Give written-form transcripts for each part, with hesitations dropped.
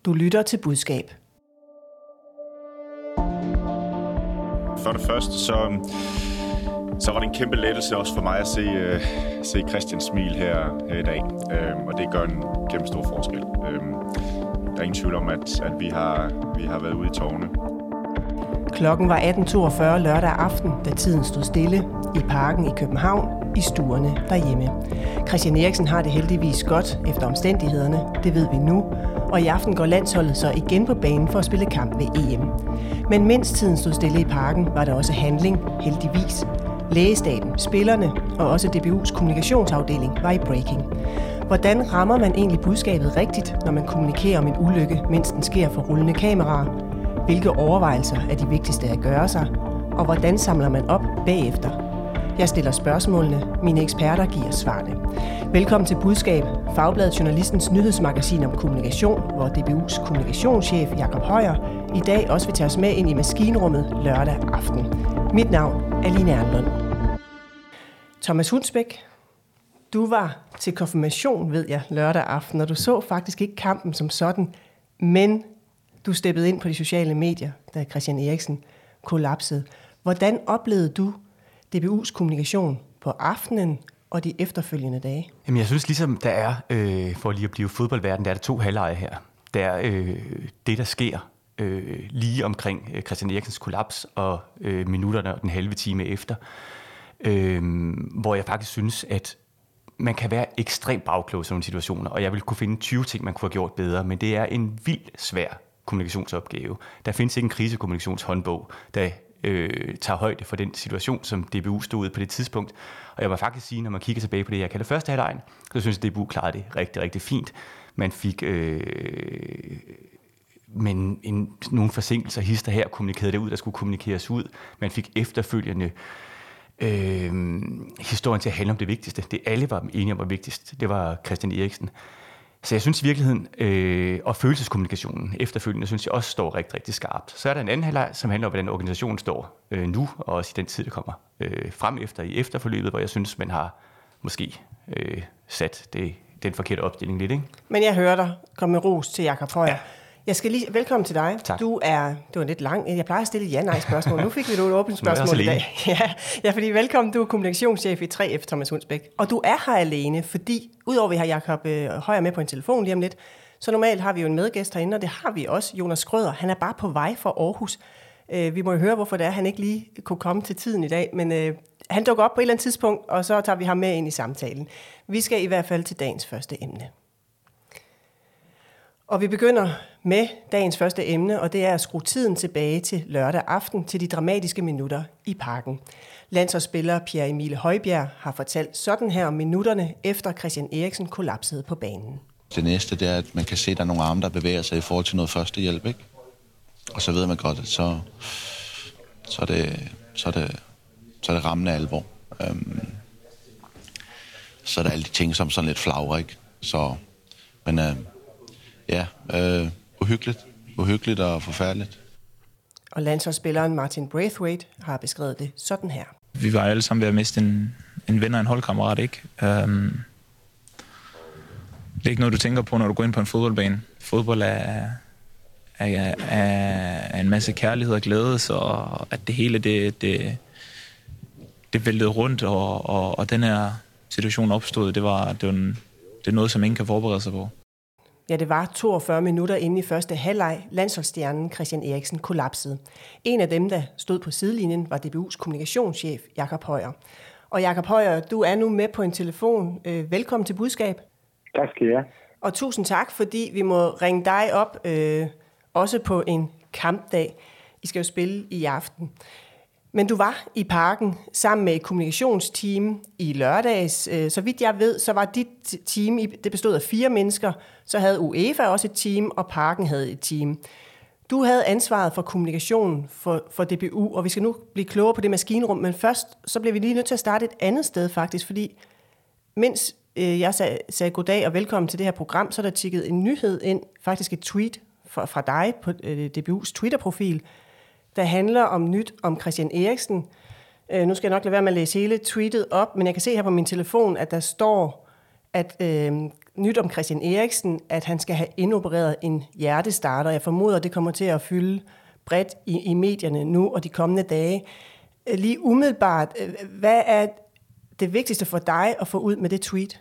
Du lytter til Budskab. For det første, så var det en kæmpe lettelse også for mig at se Christians smil her i dag. Og det gør en kæmpe stor forskel. Der er ingen tvivl om, at vi har været ude i tårne. Klokken var 18.42 lørdag aften, da tiden stod stille i parken i København, i stuerne derhjemme. Christian Eriksen har det heldigvis godt efter omstændighederne, det ved vi nu, og i aften går landsholdet så igen på banen for at spille kamp ved EM. Men mens tiden stod stille i parken, var der også handling, heldigvis. Lægestaben, spillerne og også DBU's kommunikationsafdeling var i breaking. Hvordan rammer man egentlig budskabet rigtigt, når man kommunikerer om en ulykke, mens den sker for rullende kameraer? Hvilke overvejelser er de vigtigste at gøre sig? Og hvordan samler man op bagefter? Jeg stiller spørgsmålene, mine eksperter giver svarene. Velkommen til Budskab, Fagbladet Journalistens nyhedsmagasin om kommunikation, hvor DBU's kommunikationschef Jakob Højer i dag også vil tage os med ind i maskinrummet lørdag aften. Mit navn er Line Ernlund. Thomas Hundsbæk, du var til konfirmation, ved jeg, lørdag aften, og du så faktisk ikke kampen som sådan, men du steppede ind på de sociale medier, da Christian Eriksen kollapsede. Hvordan oplevede du DBU's kommunikation på aftenen og de efterfølgende dage? Jamen, jeg synes ligesom, der er, for lige at blive fodboldverden, der er der to halvleje her. Der er det, der sker lige omkring Christian Eriksens kollaps og minutterne og den halve time efter, hvor jeg faktisk synes, at man kan være ekstremt bagklog i sådan nogle situationer, og jeg vil kunne finde 20 ting, man kunne have gjort bedre, men det er en vildt svær kommunikationsopgave. Der findes ikke en krisekommunikationshåndbog, der tager højde for den situation, som DBU stod ude på det tidspunkt. Og jeg må faktisk sige, når man kigger tilbage på det, jeg kalder første halvlejen, så synes jeg, at DBU klarede det rigtig, rigtig fint. Man fik nogle forsinkelser, hister her, kommunikerede det ud, der skulle kommunikeres ud. Man fik efterfølgende historien til at handle om det vigtigste. Det alle var enige om var vigtigst, det var Christian Eriksen. Så jeg synes i virkeligheden, og følelseskommunikationen efterfølgende, synes jeg også står rigtig, rigtig skarpt. Så er der en anden halvleg, som handler om, hvordan organisationen står nu, og også i den tid, der kommer frem efter i efterforløbet, hvor jeg synes, man har måske sat den forkerte opstilling lidt, ikke? Men jeg hører dig komme med ros til Jakob Højer. Ja. Jeg skal lige velkommen til dig. Tak. Det var lidt langt. Jeg plejer at stille ja-nej-spørgsmål. Nu fik vi et åbent spørgsmål i dag. Ja, fordi velkommen. Du er kommunikationschef i 3F, Thomas Hundsbæk. Og du er her alene, fordi udover at vi har Jakob Højer med på en telefon lige om lidt, så normalt har vi jo en medgæst herinde, og det har vi også, Jonas Schrøder. Han er bare på vej fra Aarhus. Vi må jo høre, hvorfor det er, han ikke lige kunne komme til tiden i dag, men han dukker op på et eller andet tidspunkt, og så tager vi ham med ind i samtalen. Vi skal i hvert fald til dagens første emne. Og vi begynder med dagens første emne, og det er at skrue tiden tilbage til lørdag aften til de dramatiske minutter i parken. Landsholdsspiller Pierre Emile Højbjerg har fortalt sådan her om minutterne efter Christian Eriksen kollapsede på banen. Det næste det er, at man kan se, at der er nogle arme, der bevæger sig i forhold til noget førstehjælp, ikke? Og så ved man godt, at så er det rammende alvor. Så er der alle de ting, som sådan lidt flagrer, ikke? Så, men uhyggeligt og forfærdeligt. Og landsholdsspilleren Martin Braithwaite har beskrevet det sådan her. Vi var alle sammen ved at miste en ven og en holdkammerat, ikke? Det er ikke noget, du tænker på, når du går ind på en fodboldbane. Fodbold er en masse kærlighed og glæde, så at det hele det væltede rundt, og den her situation opstod, det er noget, som ingen kan forberede sig på. Ja, det var 42 minutter inde i første halvleg. Landsholdsstjernen Christian Eriksen kollapsede. En af dem, der stod på sidelinjen, var DBU's kommunikationschef Jakob Højer. Og Jakob Højer, du er nu med på en telefon. Velkommen til Budskab. Tak skal I have. Og tusind tak, fordi vi må ringe dig op, også på en kampdag. I skal jo spille i aften. Men du var i parken sammen med et kommunikationsteam i lørdags. Så vidt jeg ved, så var dit team, det bestod af 4 mennesker. Så havde UEFA også et team, og parken havde et team. Du havde ansvaret for kommunikationen for DBU, og vi skal nu blive klogere på det maskinrum. Men først, så bliver vi lige nødt til at starte et andet sted faktisk, fordi mens jeg sagde goddag og velkommen til det her program, så er der tikket en nyhed ind, faktisk et tweet fra dig på DBU's Twitter-profil, der handler om nyt om Christian Eriksen. Nu skal jeg nok lade være med at læse hele tweetet op, men jeg kan se her på min telefon, at der står, at nyt om Christian Eriksen, at han skal have indopereret en hjertestarter. Jeg formoder, det kommer til at fylde bredt i medierne nu og de kommende dage. Lige umiddelbart, hvad er det vigtigste for dig at få ud med det tweet?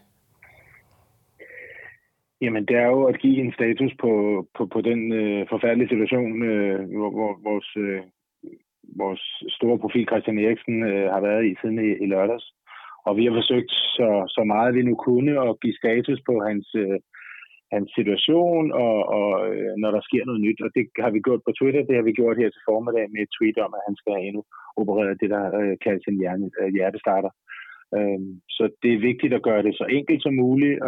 Jamen, det er jo at give en status på den forfærdelige situation, hvor vores store profil Christian Eriksen har været i siden i lørdags. Og vi har forsøgt så meget vi nu kunne at give status på hans situation, og når der sker noget nyt. Og det har vi gjort på Twitter, det har vi gjort her til formiddag med et tweet om, at han skal have endnu opereret det, der kaldes en hjertestarter. Så det er vigtigt at gøre det så enkelt som muligt,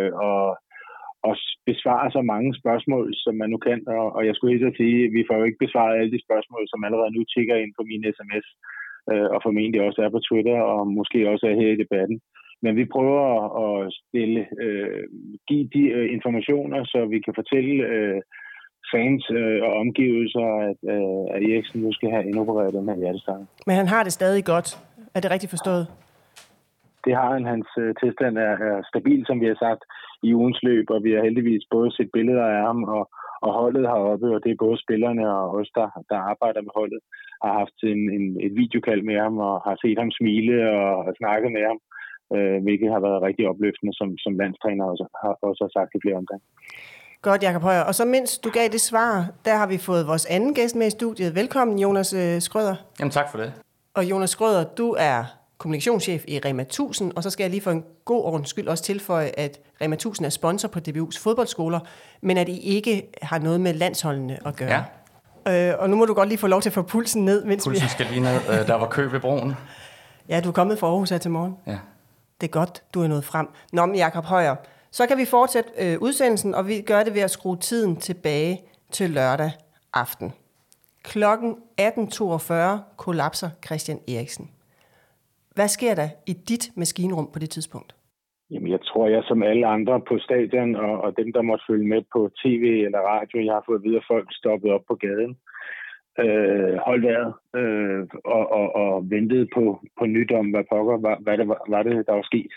og besvare så mange spørgsmål, som man nu kan. Og jeg skulle helt sige, at vi får jo ikke besvaret alle de spørgsmål, som allerede nu tikker ind på min sms, og formentlig også er på Twitter, og måske også er her i debatten. Men vi prøver at give de informationer, så vi kan fortælle fans og omgivelser, at Eriksen nu skal have indopereret den her hjertestarter. Men han har det stadig godt. Er det rigtigt forstået? Det har han. Hans tilstand er stabil, som vi har sagt, i ugens løb, og vi har heldigvis både set billeder af ham og holdet heroppe, og det er både spillerne og os, der arbejder med holdet, har haft et videokald med ham og har set ham smile og snakket med ham, hvilket har været rigtig opløftende, som landstræner også har sagt i flere omgange. Godt, Jakob Højer. Og så mens du gav det svar, der har vi fået vores anden gæst med i studiet. Velkommen, Jonas Schrøder. Jamen tak for det. Og Jonas Schrøder, du er kommunikationschef i Rema 1000, og så skal jeg lige for en god ordens skyld også tilføje, at Rema 1000 er sponsor på DBU's fodboldskoler, men at I ikke har noget med landsholdene at gøre. Ja. Og nu må du godt lige få lov til at få pulsen ned. Pulsen skal lige ned. Der var kø ved broen. Ja, du er kommet fra Aarhus her til morgen. Ja. Det er godt, du er nået frem. Nå, men Jakob Højer, så kan vi fortsætte udsendelsen, og vi gør det ved at skrue tiden tilbage til lørdag aften. Klokken 18.42 kollapser Christian Eriksen. Hvad sker der i dit maskinrum på det tidspunkt? Jamen, jeg tror, jeg som alle andre på stadion, og dem, der måtte følge med på tv eller radio, jeg har fået at vide, at folk stoppede op på gaden, holdt vejret og ventede på nyt om, hvad pokker var det, der var sket.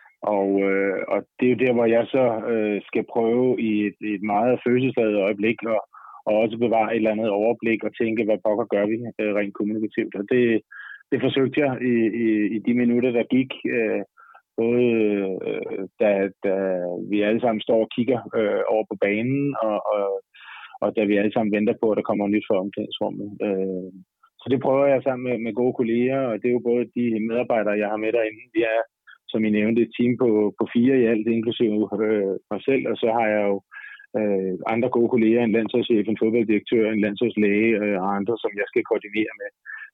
Og det er jo der, hvor jeg så skal prøve i et meget følelsesladet øjeblik og også bevare et eller andet overblik og tænke, hvad pokker gør vi rent kommunikativt. Og det forsøgte jeg i de minutter, der gik, både da vi alle sammen står og kigger over på banen, og da vi alle sammen venter på, at der kommer nyt for omklædningsrummet. Så det prøver jeg sammen med gode kolleger, og det er jo både de medarbejdere, jeg har med derinde. Vi er, som I nævnte, et team på 4 i alt, inklusive mig selv, og så har jeg jo andre gode kolleger, en landsholdschef, en fodbolddirektør, en landsholdslæge og andre, som jeg skal koordinere med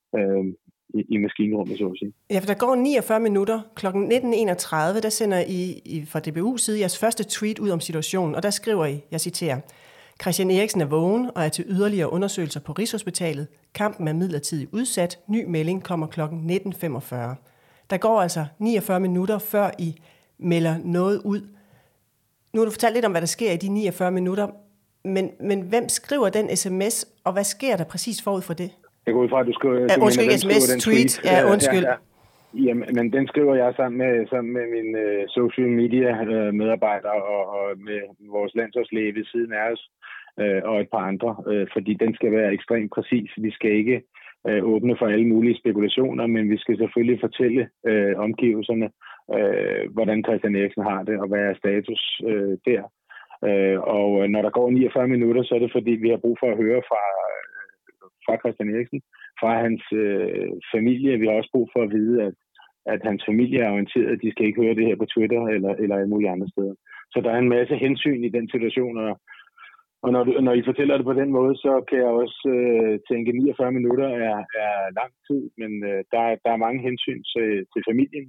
i maskinrummet, så at sige. Ja, for der går 49 minutter. Klokken 19.31, der sender I fra DBU's side jeres første tweet ud om situationen, og der skriver I, jeg citerer, Christian Eriksen er vågen og er til yderligere undersøgelser på Rigshospitalet. Kampen er midlertidigt udsat. Ny melding kommer klokken 19.45. Der går altså 49 minutter, før I melder noget ud. Nu har du fortalt lidt om, hvad der sker i de 49 minutter, men hvem skriver den sms, og hvad sker der præcis forud for det? Jeg går ud fra, at du skriver... Undskyld, sms, tweet. Ja, undskyld. Ja. Jamen, men den skriver jeg sammen med mine social media medarbejdere og med vores landsholdslæge ved siden af os og et par andre, fordi den skal være ekstremt præcis. Vi skal ikke åbne for alle mulige spekulationer, men vi skal selvfølgelig fortælle omgivelserne, hvordan Christian Eriksen har det, og hvad er status der. Og når der går 49 minutter, så er det fordi, vi har brug for at høre fra Christian Eriksen, fra hans familie. Vi har også brug for at vide, at hans familie er orienteret. De skal ikke høre det her på Twitter eller alle mulige andre steder. Så der er en masse hensyn i den situation, og når I fortæller det på den måde, så kan jeg også tænke, 49 minutter er lang tid, men der er mange hensyn til familien,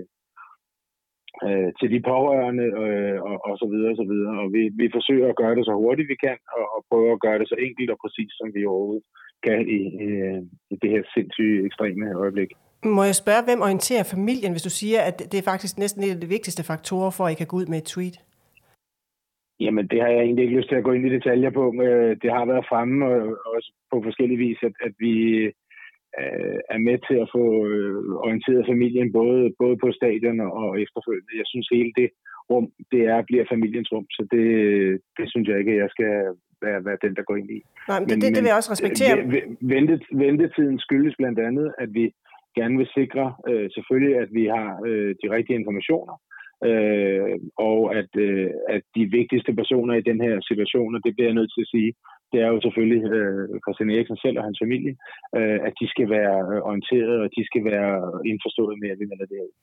til de pårørende og så videre og så videre. Og vi forsøger at gøre det så hurtigt vi kan, og prøve at gøre det så enkelt og præcist, som vi overhovedet kan i det her sindssyge ekstreme øjeblik. Må jeg spørge, hvem orienterer familien, hvis du siger, at det er faktisk næsten en af de vigtigste faktorer for, at I kan gå ud med et tweet? Jamen, det har jeg egentlig ikke lyst til at gå ind i detaljer på. Det har været fremme, og også på forskellige vis, at vi er med til at få orienteret familien, både på stadion og efterfølgende. Jeg synes, hele det rum, det bliver familiens rum. Så det synes jeg ikke, at jeg skal være den, der går ind i. Nej, men det vil jeg også respektere. Ventetiden skyldes blandt andet, at vi gerne vil sikre selvfølgelig, at vi har de rigtige informationer, og at de vigtigste personer i den her situation, og det bliver jeg nødt til at sige, det er jo selvfølgelig Christian Eriksen selv og hans familie, at de skal være orienteret, og de skal være indforstået med, at vi melder det her ud.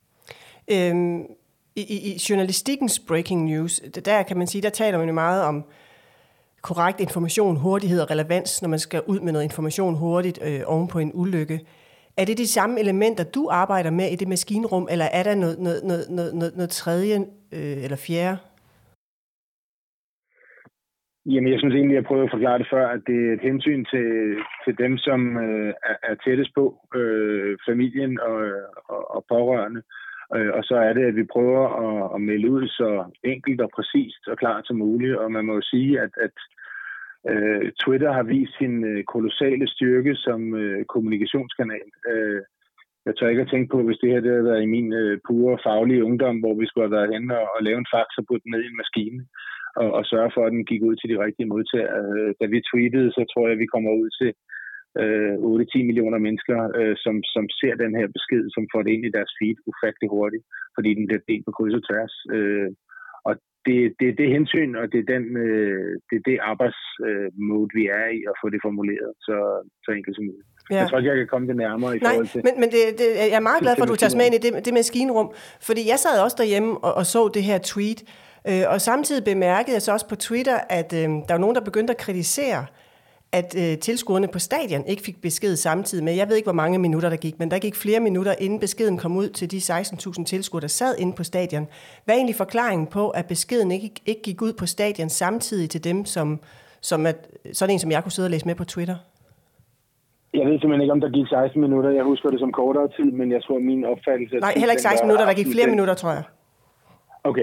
I journalistikkens breaking news, der kan man sige, der taler man jo meget om korrekt information, hurtighed og relevans, når man skal ud med noget information hurtigt oven på en ulykke. Er det de samme elementer, du arbejder med i det maskinrum, eller er der noget tredje eller fjerde? Jamen, jeg synes egentlig, jeg prøvede at forklare det før, at det er et hensyn til dem, som er tættest på, familien og pårørende. Og så er det, at vi prøver at melde ud så enkelt og præcist og klart som muligt. Og man må jo sige, at Twitter har vist sin kolossale styrke som kommunikationskanal. Jeg tør ikke at tænke på, hvis det her det havde været i min pure faglige ungdom, hvor vi skulle have været henne og lave en fax og putte den ned i en maskine og sørge for, at den gik ud til de rigtige modtagere. Da vi tweetede, så tror jeg, at vi kommer ud til 8-10 millioner mennesker, som ser den her besked, som får det ind i deres feed ufattelig hurtigt, fordi den bliver delt på kryds og tværs. Og det er det hensyn, og det er det arbejdsmode, vi er i, at få det formuleret så enkelt som muligt. Ja. Jeg tror ikke, jeg kan komme det nærmere i forhold til... Men jeg er meget glad for, at du tager med ind i det maskinrum, fordi jeg sad også derhjemme og så det her tweet, og samtidig bemærkede jeg så også på Twitter, at der var nogen, der begyndte at kritisere, at tilskuerne på stadion ikke fik besked samtidig med. Jeg ved ikke, hvor mange minutter der gik, men der gik flere minutter, inden beskeden kom ud til de 16.000 tilskuere, der sad inde på stadion. Hvad er egentlig forklaringen på, at beskeden ikke gik ud på stadion samtidig til dem, som er sådan en, som jeg kunne sidde og læse med på Twitter? Jeg ved simpelthen ikke, om der gik 16 minutter. Jeg husker det som kortere tid, men jeg tror, min opfattelse... Nej, heller ikke 16 minutter. Der gik flere minutter, tror jeg. Okay.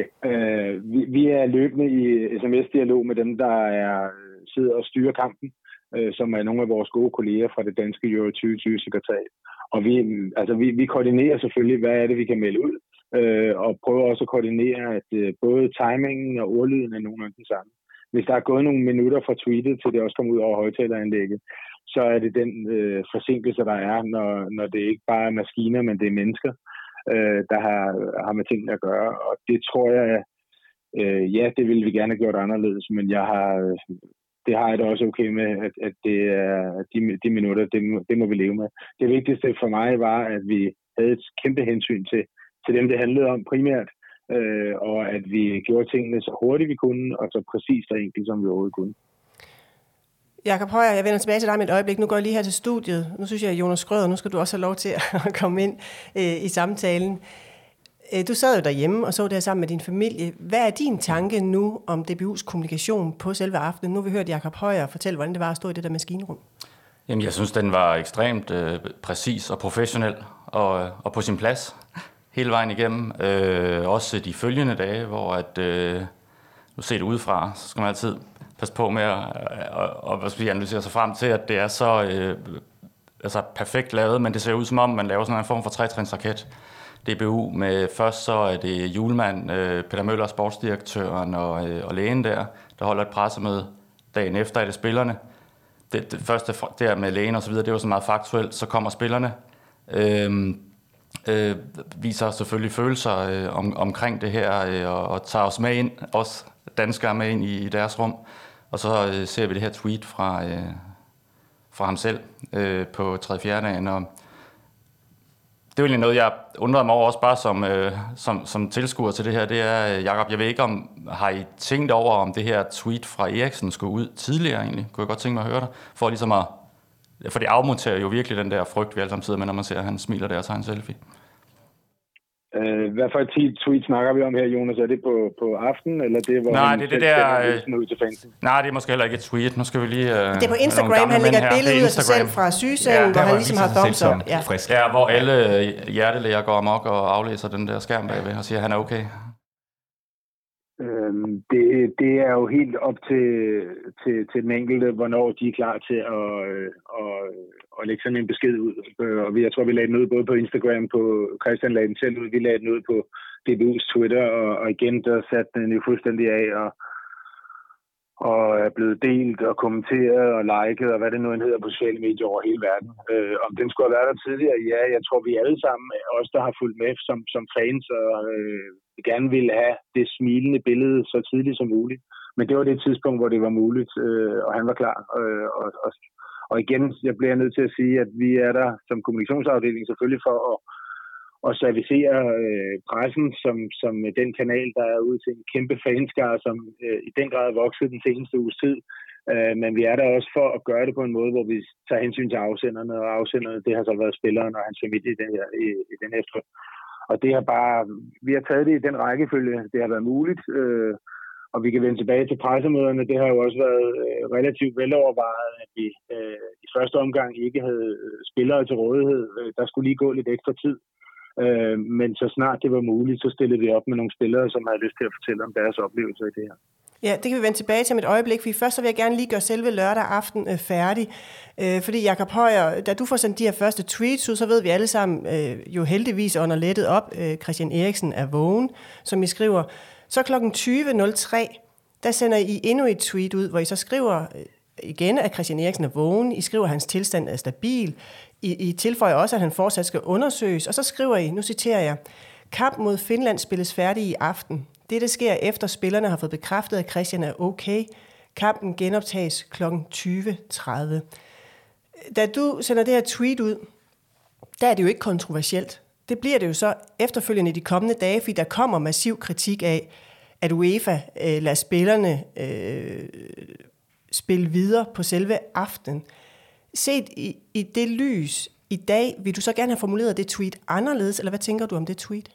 Vi er løbende i sms-dialog med dem, der sidder og styrer kampen, som er nogle af vores gode kolleger fra det danske Euro 2020-sekretariat. Og vi koordinerer selvfølgelig, hvad er det, vi kan melde ud, og prøver også at koordinere, at både timingen og ordlyden er nogenlunde den samme. Hvis der er gået nogle minutter fra tweetet, til det også kommer ud over højtaleranlægget, så er det den forsinkelse, der er, når det ikke bare er maskiner, men det er mennesker, der har med tingene at gøre. Og det tror jeg, det ville vi gerne have gjort anderledes, men det har jeg da også okay med, at det er de minutter, det må vi leve med. Det vigtigste for mig var, at vi havde et kæmpe hensyn til dem, det handlede om primært, og at vi gjorde tingene så hurtigt vi kunne, og så præcist og enkelt, som vi overhovedet kunne. Jakob Højer, jeg vender tilbage til dig med et øjeblik. Nu går jeg lige her til studiet. Nu synes jeg, Jonas Schrøder, nu skal du også have lov til at komme ind i samtalen. Du sad jo derhjemme og så det her sammen med din familie. Hvad er din tanke nu om DBU's kommunikation på selve aftenen? Nu har vi hørt Jakob Højer fortælle, hvordan det var at stå i det der maskinrum. Jamen, jeg synes, den var ekstremt præcis og professionel og på sin plads hele vejen igennem. Også de følgende dage, hvor nu set udefra, så skal man altid passe på med at analysere sig frem til, at det er så perfekt lavet, men det ser ud som om, man laver sådan en form for tretrinsraket. DBU med først så er det Julemand, Peter Møller, sportsdirektøren og lægen der holder et pressemøde. Dagen efter er det spillerne. Det første der med lægen og så videre, det var så meget faktuelt. Så kommer spillerne, viser selvfølgelig følelser omkring det her og tager os med ind, os danskere med ind i deres rum. Og så ser vi det her tweet fra ham selv på 3-4 dagen. Og det er jo noget, jeg undrede mig over også bare som tilskuer til det her. Det er, Jakob, jeg ved ikke, har I tænkt over, om det her tweet fra Eriksen skulle ud tidligere egentlig? Kunne jeg godt tænke mig at høre dig? For ligesom for det afmonterer jo virkelig den der frygt, vi alle sammen sidder med, når man ser, at han smiler der og tager en selfie. Hvad for et tweet snakker vi om her, Jonas? Er det på aftenen, eller det, hvor nej, det der ud til fansen? Nej, det er måske heller ikke et tweet. Nu skal vi lige... det er på Instagram, han lægger et billede ud af sig selv fra sygesengen, hvor han ligesom har thumbs up. Ja, hvor alle hjertelæger går amok og aflæser den der skærm bagved og siger, at han er okay. Det er jo helt op til den enkelte, hvornår de er klar til at lægge sådan en besked ud. Og jeg tror, vi lagde den ud både på Instagram, på Christian lagde den selv ud, vi lagde den ud på DBU's Twitter, og igen, der satte den jo fuldstændig af, og er blevet delt og kommenteret og liket, og hvad det nu end hedder på sociale medier over hele verden. Om den skulle have været der tidligere, ja, jeg tror, vi alle sammen, os der har fulgt med som fans, og gerne ville have det smilende billede så tidligt som muligt. Men det var det tidspunkt, hvor det var muligt, og han var klar. Og igen, jeg bliver nødt til at sige, at vi er der som kommunikationsafdeling selvfølgelig for at servicere pressen som den kanal, der er ude til en kæmpe fanskare, som i den grad er vokset den seneste uges tid. Men vi er der også for at gøre det på en måde, hvor vi tager hensyn til afsenderne, og afsenderne, det har så været spilleren og hans familie i den efter. Og det har bare, vi har taget det i den rækkefølge, det har været muligt, og vi kan vende tilbage til pressemøderne. Det har jo også været relativt velovervejet, at vi i første omgang ikke havde spillere til rådighed. Der skulle lige gå lidt ekstra tid. Men så snart det var muligt, så stillede vi op med nogle spillere, som havde lyst til at fortælle om deres oplevelser i det her. Ja, det kan vi vende tilbage til om et øjeblik, for først så vil jeg gerne lige gøre selve lørdag aften færdig. Fordi Jakob Højer, da du får sendt de her første tweets ud, så ved vi alle sammen jo heldigvis under lettet op, Christian Eriksen er vågen, som I skriver. Så kl. 20.03, der sender I endnu et tweet ud, hvor I så skriver igen, at Christian Eriksen er vågen. I skriver, at hans tilstand er stabil. I tilføjer også, at han fortsat skal undersøges. Og så skriver I, nu citerer jeg, kamp mod Finland spilles færdig i aften. Dette sker efter spillerne har fået bekræftet, at Christian er okay. Kampen genoptages kl. 20.30. Da du sender det her tweet ud, der er det jo ikke kontroversielt. Det bliver det jo så efterfølgende i de kommende dage, fordi der kommer massiv kritik af, at UEFA lader spillerne spille videre på selve aftenen. Set i det lys i dag, vil du så gerne have formuleret det tweet anderledes, eller hvad tænker du om det tweet?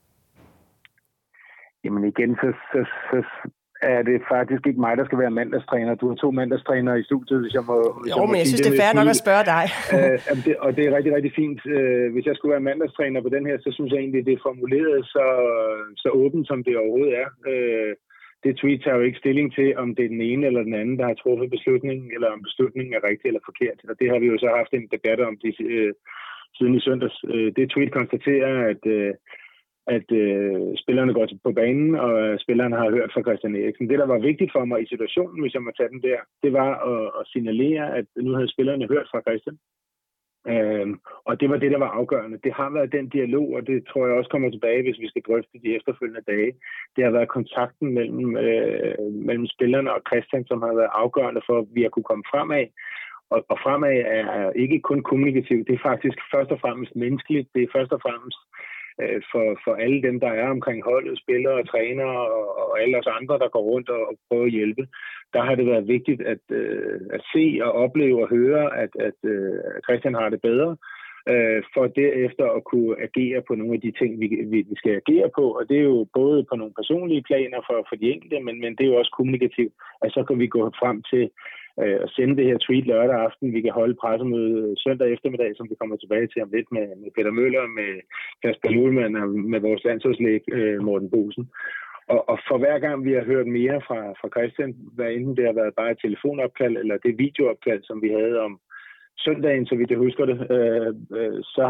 Jamen igen, så er det faktisk ikke mig, der skal være mandagstræner. Du har 2 mandagstrænere i studiet, hvis jeg må... Men jeg synes, det er fair nok at spørge dig. Og det er rigtig, rigtig fint. Hvis jeg skulle være mandagstræner på den her, så synes jeg egentlig, det er formuleret så åbent, som det overhovedet er. Det tweet tager jo ikke stilling til, om det er den ene eller den anden, der har truffet beslutningen, eller om beslutningen er rigtig eller forkert. Og det har vi jo så haft en debat om siden i søndags. Det tweet konstaterer, at spillerne går på banen, og spillerne har hørt fra Christian Eriksen. Det, der var vigtigt for mig i situationen, hvis jeg må tage den der, det var at signalere, at nu havde spillerne hørt fra Christian. Og det var det, der var afgørende. Det har været den dialog, og det tror jeg også kommer tilbage, hvis vi skal drøfte de efterfølgende dage. Det har været kontakten mellem spillerne og Christian, som har været afgørende for, at vi har kunne komme fremad. Og fremad er ikke kun kommunikativt, det er faktisk først og fremmest menneskeligt. Det er først og fremmest for alle dem, der er omkring holdet, spillere og trænere og alle os andre, der går rundt og prøver at hjælpe. Der har det været vigtigt at se og opleve og høre, at Christian har det bedre, for derefter at kunne agere på nogle af de ting, vi skal agere på. Og det er jo både på nogle personlige planer for de enkelte, men det er jo også kommunikativt, at så kan vi gå frem til at sende det her tweet lørdag aften. Vi kan holde pressemøde søndag eftermiddag, som vi kommer tilbage til om lidt med Peter Møller, med Kasper Hjulmand og med vores landsholdslæg Morten Bosen. Og for hver gang vi har hørt mere fra Christian, hvad enten det har været bare et telefonopkald eller det videoopkald, som vi havde om søndagen, så vidt jeg husker det, så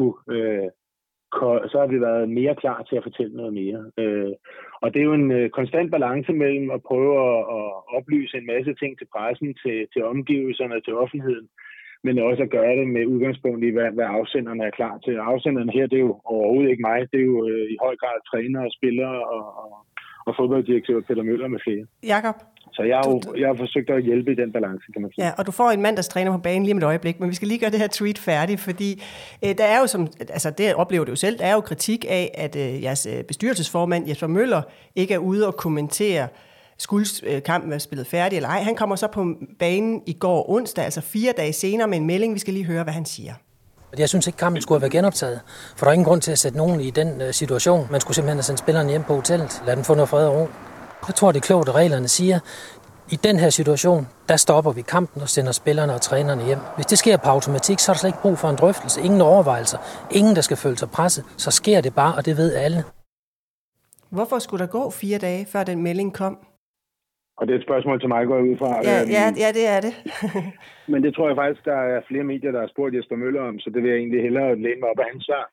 har vi været mere klar til at fortælle noget mere. Og det er jo en konstant balance mellem at prøve at oplyse en masse ting til pressen, til omgivelserne, til offentligheden, men også at gøre det med udgangspunkt i, hvad afsenderne er klar til. Afsenderne her, det er jo overhovedet ikke mig. Det er jo i høj grad trænere, spillere og fodbolddirektør Peter Møller med flere. Jakob? Så jeg har forsøgt at hjælpe i den balance, kan man sige. Ja, og du får en mandagstræner på banen lige om et øjeblik, men vi skal lige gøre det her tweet færdigt, fordi der er jo det oplever du jo selv, der er jo kritik af, at jeres bestyrelsesformand Jesper Møller ikke er ude og kommentere, skulle kampen være spillet færdig eller ej. Han kommer så på banen i går onsdag, altså 4 dage senere med en melding. Vi skal lige høre, hvad han siger. Jeg synes ikke, kampen skulle have været genoptaget, for der er ingen grund til at sætte nogen i den situation. Man skulle simpelthen have sendt spillerne hjem på hotellet. Lad dem få noget fred og ro. Jeg tror, det er klogt, at reglerne siger, i den her situation, der stopper vi kampen og sender spillerne og trænerne hjem. Hvis det sker på automatik, så er der slet ikke brug for en drøftelse. Ingen overvejelser. Ingen, der skal føle sig presset. Så sker det bare, og det ved alle. Hvorfor skulle der gå 4 dage, før den melding kom? Og det er et spørgsmål til mig, går jeg ud fra. Ja, det er det. Men det tror jeg faktisk, der er flere medier, der har spurgt Jesper Møller om, så det vil jeg egentlig hellere læne mig op af hans svar.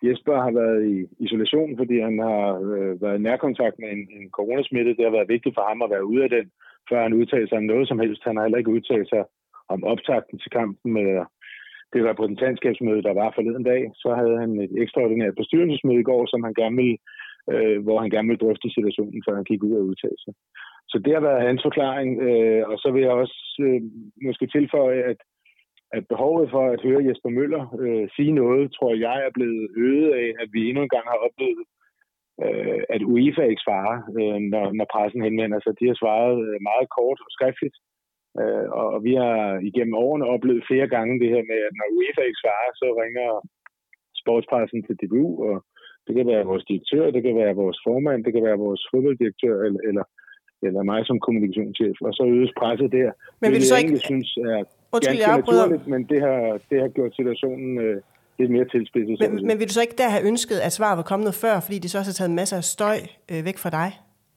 Jesper har været i isolation, fordi han har været i nærkontakt med en coronasmitte. Det har været vigtigt for ham at være ude af den, før han udtalte sig om noget som helst. Han har heller ikke udtalt sig om optakten til kampen med det repræsentantskabsmøde, der var forleden dag. Så havde han et ekstraordinært bestyrelsesmøde i går, som han gerne ville, hvor han gerne ville drøfte situationen, før han gik ud og udtalte sig. Så det har været hans forklaring. Og så vil jeg også måske tilføje, at behovet for at høre Jesper Møller sige noget, tror jeg er blevet øget af, at vi endnu en gang har oplevet, at UEFA ikke svarer, når pressen henvender sig. De har svaret meget kort og skriftligt, og vi har igennem årene oplevet flere gange det her med, at når UEFA ikke svarer, så ringer sportspressen til DBU, og det kan være vores direktør, det kan være vores formand, det kan være vores fodbolddirektør, eller mig som kommunikationschef, og så øges presset der. Men vil du så ikke... synes er ganske naturligt, men det har gjort situationen lidt mere tilspidset. Men vil du så ikke der have ønsket, at svaret var kommet før, fordi det så også har taget masser af støj væk fra dig?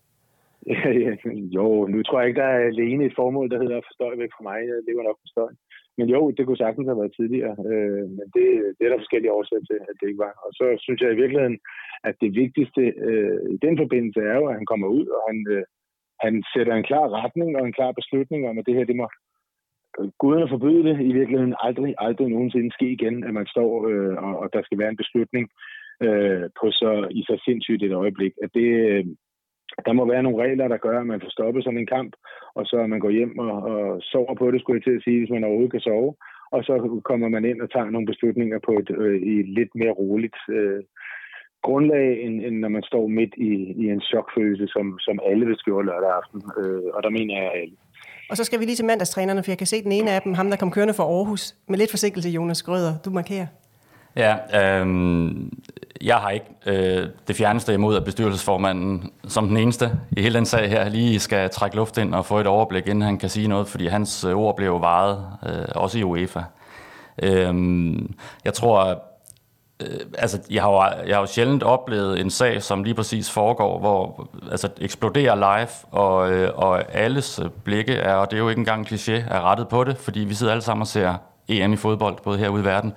Jo, nu tror jeg ikke, der er alene et formål, der hedder at få støj væk fra mig. Jeg lever nok på støj. Men jo, det kunne sagtens have været tidligere. Men det er der forskellige årsager til, at det ikke var. Og så synes jeg i virkeligheden, at det vigtigste i den forbindelse er jo, at han kommer ud, og han sætter en klar retning og en klar beslutning om, at det her, det må guderne forbyde det i virkeligheden aldrig nogensinde ske igen, at man står, og der skal være en beslutning på så sindssygt et øjeblik. At det, der må være nogle regler, der gør, at man får stoppet sådan en kamp, og så man går hjem og sover på det, skulle jeg til at sige, hvis man overhovedet kan sove, og så kommer man ind og tager nogle beslutninger på et lidt mere roligt grundlag, end når man står midt i en chokfølelse, som alle vil skrive lørdag aften. Og der mener jeg alle. Og så skal vi lige til mandagstrænerne, for jeg kan se den ene af dem, ham der kom kørende fra Aarhus, med lidt forsinkelse, Jonas Grøder. Du markerer. Ja, jeg har ikke det fjerneste imod, at bestyrelsesformanden som den eneste i hele den sag her lige skal trække luft ind og få et overblik, inden han kan sige noget, fordi hans ord blev varet, også i UEFA. Jeg tror, jeg har jo sjældent oplevet en sag, som lige præcis foregår, hvor eksploderer live, og alles blikke er, og det er jo ikke engang en kliché, er rettet på det, fordi vi sidder alle sammen og ser EM i fodbold, både herude i verden.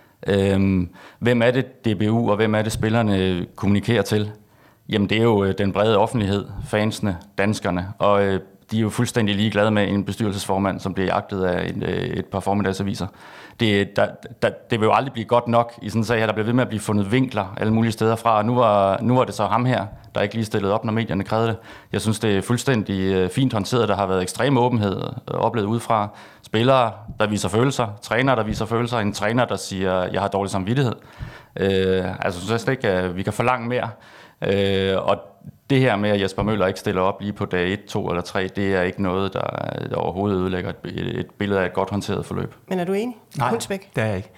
Hvem er det DBU, og hvem er det spillerne kommunikerer til? Jamen det er jo den brede offentlighed, fansene, danskerne, og de er jo fuldstændig ligeglade med en bestyrelsesformand, som bliver jagtet af et par formiddagsaviser. Det vil jo aldrig blive godt nok i sådan en sag her. Der bliver ved med at blive fundet vinkler alle mulige steder fra, og nu var det så ham her, der ikke lige stillede op, når medierne krævede det. Jeg synes, det er fuldstændig fint håndteret. Der har været ekstrem åbenhed oplevet udefra. Spillere, der viser følelser. Trænere, der viser følelser. En træner, der siger, jeg har dårlig samvittighed. Jeg synes ikke, at vi kan forlange mere. Og det her med, at Jesper Møller ikke stiller op lige på dag 1, 2 eller 3, det er ikke noget, der overhovedet ødelægger et billede af et godt håndteret forløb. Men er du enig? Nej, det er jeg ikke.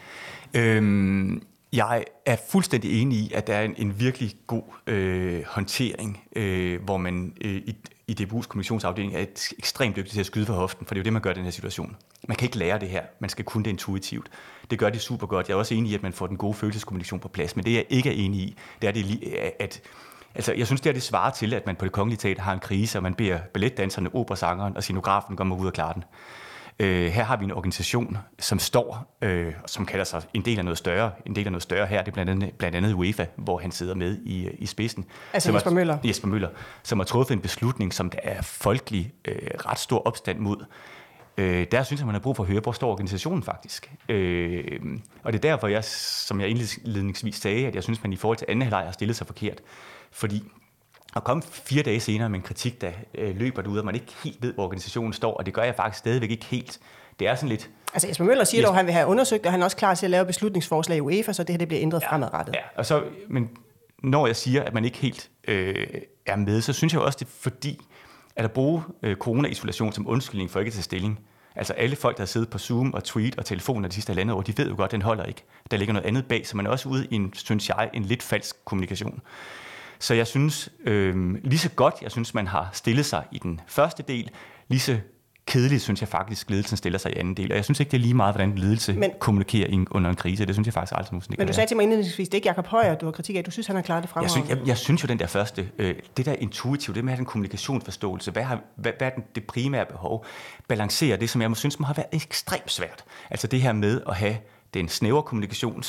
Jeg er fuldstændig enig i, at der er en virkelig god håndtering, hvor man i DBU's kommunikationsafdeling er ekstremt dygtig til at skyde for hoften, for det er jo det, man gør i den her situation. Man kan ikke lære det her, man skal kunne det intuitivt. Det gør de super godt. Jeg er også enig i, at man får den gode følelseskommunikation på plads, men det jeg ikke er enig i, det er at jeg synes, det svarer til, at man på Det Kongelige Teater har en krise, og man beder balletdanserne, operasangeren og scenografen komme ud og klare den. Her har vi en organisation, som står, som kalder sig en del af noget større. En del af noget større her, det er blandt andet UEFA, hvor han sidder med i spidsen. Altså Jesper Møller? Jesper Møller, som har truffet en beslutning, som der er folkelig ret stor opstand mod. Der synes jeg, man har brug for at høre, hvor står organisationen faktisk. Og det er derfor, som jeg indledningsvis sagde, at jeg synes, man i forhold til anden halvleg har stillet sig forkert. Fordi at komme 4 dage senere med en kritik, der løber ud, og man ikke helt ved, hvor organisationen står, og det gør jeg faktisk stadigvæk ikke helt. Det er sådan lidt... Altså Jesper Møller siger dog, at han vil have undersøgt, og han er også klar til at lave beslutningsforslag i UEFA, så det her det bliver ændret fremadrettet. Ja, og så, men når jeg siger, at man ikke helt er med, så synes jeg også, det er fordi, at at bruge corona-isolation som undskyldning for ikke at tage stilling. Altså alle folk, der har siddet på Zoom og tweet og telefoner de sidste halvandet år, de ved jo godt, at den holder ikke. Der ligger noget andet bag, så man er også ude i en lidt falsk kommunikation. Så jeg synes, lige så godt, jeg synes, man har stillet sig i den første del, lige så kedeligt, synes jeg faktisk, ledelsen stiller sig i anden del. Og jeg synes ikke, det er lige meget, hvordan ledelse kommunikerer under en krise. Det synes jeg faktisk aldrig nogensinde. Men du sagde til mig indledningsvis, det er ikke Jakob Højer, du har kritik af. Du synes, han har klaret det fremragende. Jeg synes jo, den der første, det der intuitivt, det med at have den kommunikationsforståelse, hvad er det primære behov, balancerer det, som jeg synes må have været ekstremt svært. Altså det her med at have den snævre kommunikations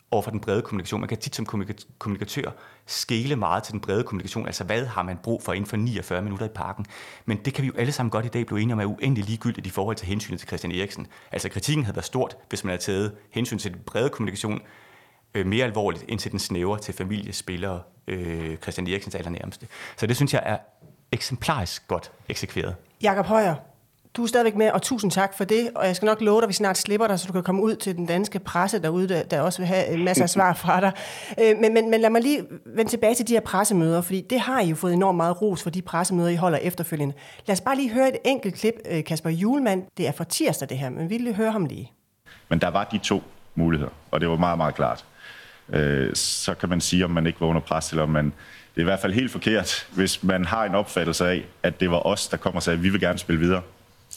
over for den brede kommunikation. Man kan tit som kommunikatør skele meget til den brede kommunikation, altså hvad har man brug for inden for 49 minutter i parken. Men det kan vi jo alle sammen godt i dag blive enige om er uendelig ligegyldigt i forhold til hensynet til Christian Eriksen. Altså kritikken havde været stort, hvis man havde taget hensyn til den brede kommunikation mere alvorligt end til den snævre til familie, spillere, Christian Eriksens allernærmeste. Så det synes jeg er eksemplarisk godt eksekveret. Jakob Højer, du er stadigvæk med, og tusind tak for det, og jeg skal nok love dig, at vi snart slipper dig, så du kan komme ud til den danske presse derude, der også vil have masser af svar fra dig. Men lad mig lige vende tilbage til de her pressemøder, fordi det har I jo fået enormt meget ros for de pressemøder, I holder efterfølgende. Lad os bare lige høre et enkelt klip. Kasper Hjulmand, det er for tirsdag det her, men vi vil høre ham lige. Men der var de 2 muligheder, og det var meget, meget klart. Så kan man sige, om man ikke var under pres, eller om man... Det er i hvert fald helt forkert, hvis man har en opfattelse af, at det var os, der kom og sagde, at vi vil gerne spille videre.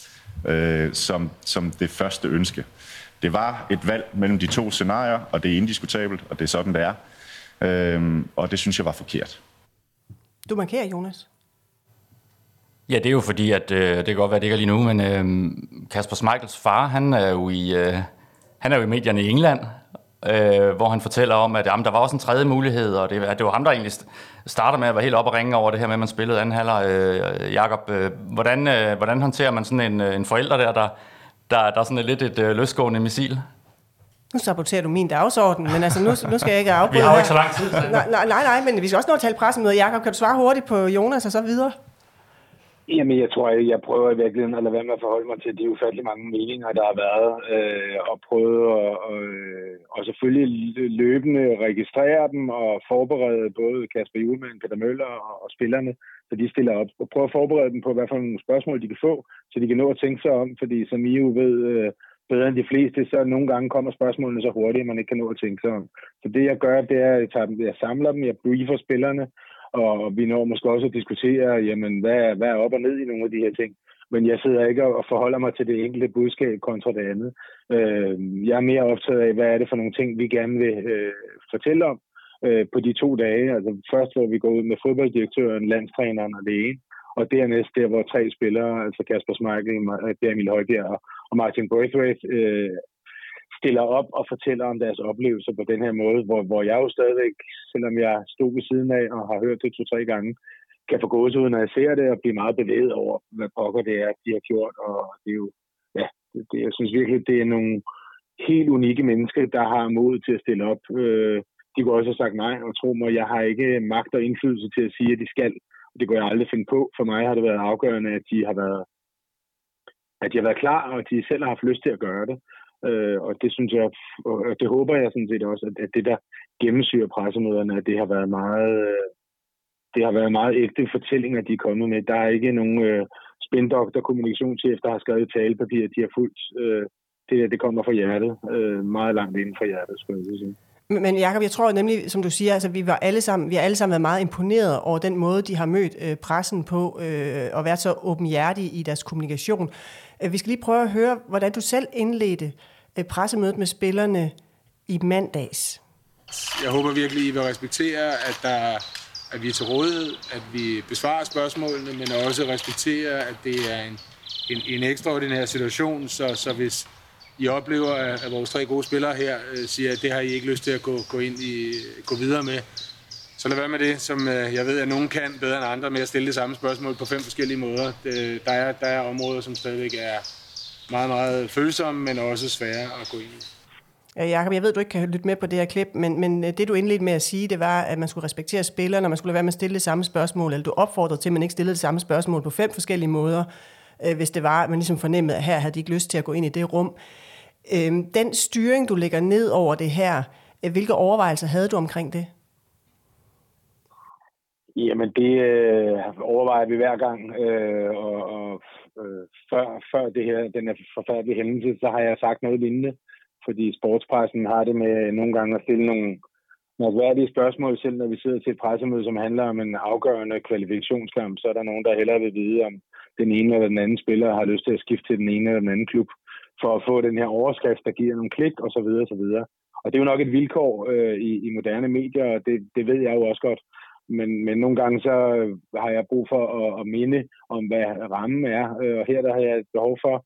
Som det første ønske. Det var et valg mellem de 2 scenarier, og det er indiskutabelt, og det er sådan, det er. Og det synes jeg var forkert. Du markerer, Jonas. Ja, det er jo fordi, at det kan godt være, det ikke er lige nu, men Kasper Schmeichels far, han er jo i medierne i England, hvor han fortæller om, at der var også en tredje mulighed, og det var ham, der egentlig starter med at være helt op og ringe over det her med, at man spillede anden halvleg. Jakob, hvordan håndterer man sådan en forælder der er sådan lidt et løsgående missil? Nu saboterer du min dagsorden, men altså nu skal jeg ikke afbryde. Vi har jo ikke så lang tid. Nej, men vi skal også nå at tale pressemøder. Jakob, kan du svare hurtigt på Jonas og så videre? Jamen, jeg tror, jeg prøver i virkeligheden at lade være med at forholde mig til de ufattelig mange meninger, der har været, og prøve og selvfølgelig løbende registrere dem og forberede både Kasper Hjulmand, Peter Møller og spillerne, så de stiller op. Og prøve at forberede dem på, hvad for nogle spørgsmål de kan få, så de kan nå at tænke sig om, fordi som I jo ved bedre end de fleste, så nogle gange kommer spørgsmålene så hurtigt, at man ikke kan nå at tænke sig om. Så det jeg gør, det er, at jeg samler dem, jeg briefer spillerne, og vi når måske også at diskutere, jamen, hvad er op og ned i nogle af de her ting. Men jeg sidder ikke og forholder mig til det enkelte budskab kontra det andet. Jeg er mere optaget af, hvad er det for nogle ting, vi gerne vil fortælle om på de 2 dage. Altså først, hvor vi går ud med fodbolddirektøren, landstræneren og lægen, og dernæst der, hvor 3 spillere, altså Kasper Schmeichel, Emil Højbjerg og Martin Braithwaite, stiller op og fortæller om deres oplevelser på den her måde, hvor jeg jo stadigvæk, selvom jeg stod ved siden af og har hørt det 2-3 gange, kan få gåsehud, når jeg ser det, og blive meget bevæget over, hvad pokker det er, de har gjort. Og det er jo, ja, jeg synes virkelig, det er nogle helt unikke mennesker, der har mod til at stille op. De kunne også have sagt nej, og tro mig, jeg har ikke magt og indflydelse til at sige, at de skal. Det kunne jeg aldrig finde på. For mig har det været afgørende, at de har været klar, og at de selv har haft lyst til at gøre det. Og det synes jeg, og det håber jeg sådan set også, at det der gennemsyrer pressemøderne, at det har været meget ægte fortællinger, de er kommet med. Der er ikke nogen spindoktor, kommunikationschef, der har skrevet talepapir, de har fulgt. Det kommer fra hjertet, meget langt inden fra hjertet, skulle jeg sige. Men Jakob, jeg tror nemlig, som du siger, altså vi har alle sammen været meget imponeret over den måde, de har mødt pressen på, og været så åbenhjertige i deres kommunikation. Vi skal lige prøve at høre, hvordan du selv indledte pressemødet med spillerne i mandags. Jeg håber virkelig, I vil respektere, at vi er til rådighed, at vi besvarer spørgsmålene, men også respektere, at det er en ekstraordinær situation, så hvis I oplever, at vores 3 gode spillere her siger, at det har I ikke lyst til at gå videre med, så lad være med det, som jeg ved, at nogen kan bedre end andre med at stille det samme spørgsmål på 5 forskellige måder. Der er områder, som stadigvæk er meget, meget følsomme, men også svære at gå ind i. Jakob, jeg ved, du ikke kan lytte med på det her klip, men det du indledte med at sige, det var, at man skulle respektere spillerne, og man skulle lade være med at stille det samme spørgsmål, eller du opfordrede til, at man ikke stillede det samme spørgsmål på 5 forskellige måder, hvis det var, at man ligesom fornemmede, at her havde de ikke lyst til at gå ind i det rum. Den styring, du lægger ned over det her, hvilke overvejelser havde du omkring det? Jamen, det overvejer vi hver gang, før det her, den her forfærdelige hændelse, så har jeg sagt noget lignende, fordi sportspressen har det med nogle gange at stille nogle mærkværdige spørgsmål, selv når vi sidder til et pressemøde, som handler om en afgørende kvalifikationskamp, så er der nogen, der hellere vil vide, om den ene eller den anden spiller har lyst til at skifte til den ene eller den anden klub, for at få den her overskrift, der giver nogle klik, og så videre, og så videre. Og det er jo nok et vilkår i moderne medier, og det ved jeg jo også godt. Men nogle gange så har jeg brug for at minde om, hvad rammen er. Og her der har jeg et behov for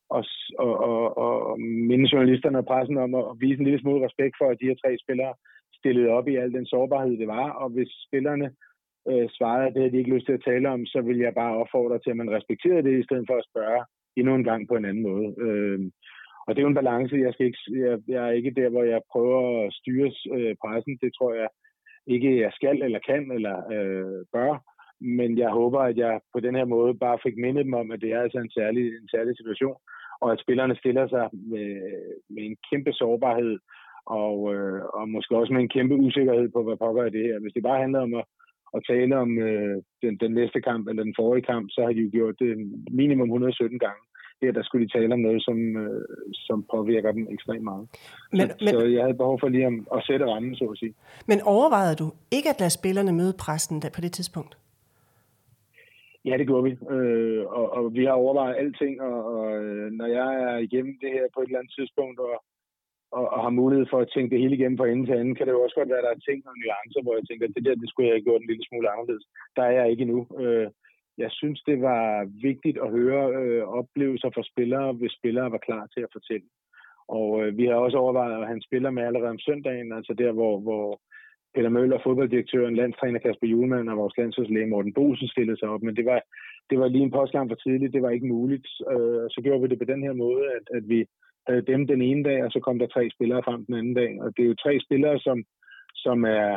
og minde journalisterne og pressen om at vise en lille smule respekt for, at de her 3 spillere stillede op i al den sårbarhed, det var. Og hvis spillerne svarede, at det havde de ikke lyst til at tale om, så vil jeg bare opfordre til, at man respekterede det, i stedet for at spørge endnu en gang på en anden måde. Og det er jo en balance. Jeg er ikke der, hvor jeg prøver at styre pressen. Det tror jeg ikke, jeg skal, eller kan, eller bør. Men jeg håber, at jeg på den her måde bare fik mindet dem om, at det er altså en særlig situation, og at spillerne stiller sig med en kæmpe sårbarhed, og måske også med en kæmpe usikkerhed på, hvad pokker er det her. Hvis det bare handler om at tale om den næste kamp, eller den forrige kamp, så har de jo gjort det minimum 117 gange. Der skulle de tale om noget, som påvirker dem ekstremt meget. Så jeg havde behov for lige at sætte rammen, så at sige. Men overvejede du ikke at lade spillerne møde pressen på det tidspunkt? Ja, det gjorde vi. Og vi har overvejet alting, og når jeg er igennem det her på et eller andet tidspunkt, og har mulighed for at tænke det hele igennem fra ende til anden, kan det jo også godt være, at der er ting og nuancer, hvor jeg tænker, at det skulle jeg have gjort en lille smule anderledes. Der er jeg ikke endnu. Jeg synes, det var vigtigt at høre oplevelser fra spillere, hvis spillere var klar til at fortælle. Og vi har også overvejet, at han spiller med allerede om søndagen, altså der, hvor Peter Møller, fodbolddirektøren, landstræner Kasper Hjulmand og vores landsholdslæge Morten Bosen stillede sig op. Men det var lige en postgang for tidligt, det var ikke muligt. Så gjorde vi det på den her måde, at vi havde dem den ene dag, og så kom der 3 spillere frem den anden dag. Og det er jo 3 spillere, som er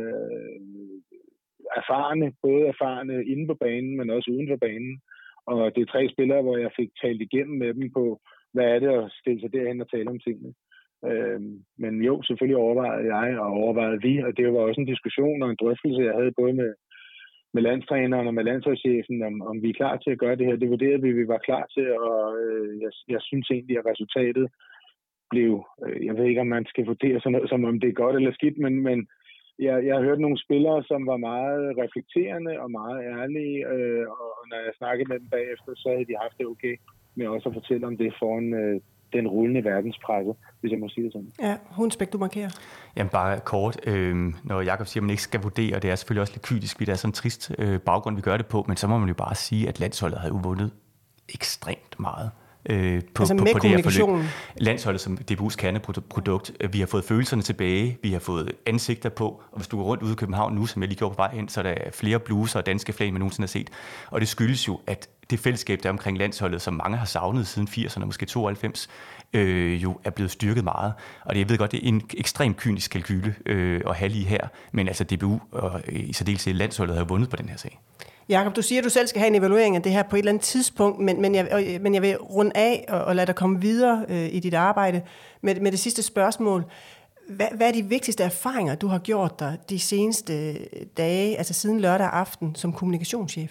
erfarne, både erfarne inde på banen, men også uden for banen. Og det er 3 spillere, hvor jeg fik talt igennem med dem på, hvad er det at stille sig derhen og tale om tingene. Men jo, selvfølgelig overvejede jeg, og overvejede vi, og det var også en diskussion og en drøftelse, jeg havde både med landstræneren og med landsholdschefen, om vi er klar til at gøre det her. Det vurderede vi var klar til, og jeg synes egentlig, at resultatet blev, jeg ved ikke, om man skal vurdere sådan noget, som om det er godt eller skidt, men jeg har hørt nogle spillere, som var meget reflekterende og meget ærlige, og når jeg snakkede med dem bagefter, så havde de haft det okay med også at fortælle om det foran den rullende verdenspresse, hvis jeg må sige det sådan. Ja, Hundsbæk, du markerer. Jamen bare kort, når Jakob siger, at man ikke skal vurdere, det er selvfølgelig også lidt kynisk, fordi det er sådan en trist baggrund, vi gør det på, men så må man jo bare sige, at landsholdet har jo vundet ekstremt meget. På det her forløb. Landsholdet som DBU's kerneprodukt. Vi har fået følelserne tilbage, vi har fået ansigter på, og hvis du går rundt ude i København nu, som jeg lige gjorde på vej hen, så er der flere bluser og danske flag, man nogensinde har set. Og det skyldes jo, at det fællesskab, der er omkring landsholdet, som mange har savnet siden 80'erne, måske 92, jo er blevet styrket meget. Og jeg ved godt, det er en ekstremt kynisk kalkyle at have lige her, men altså DBU og i særdeleshed landsholdet har vundet på den her sag. Jakob, du siger, at du selv skal have en evaluering af det her på et eller andet tidspunkt, men jeg vil runde af og lade dig komme videre i dit arbejde med det sidste spørgsmål. Hvad er de vigtigste erfaringer, du har gjort dig de seneste dage, altså siden lørdag aften, som kommunikationschef?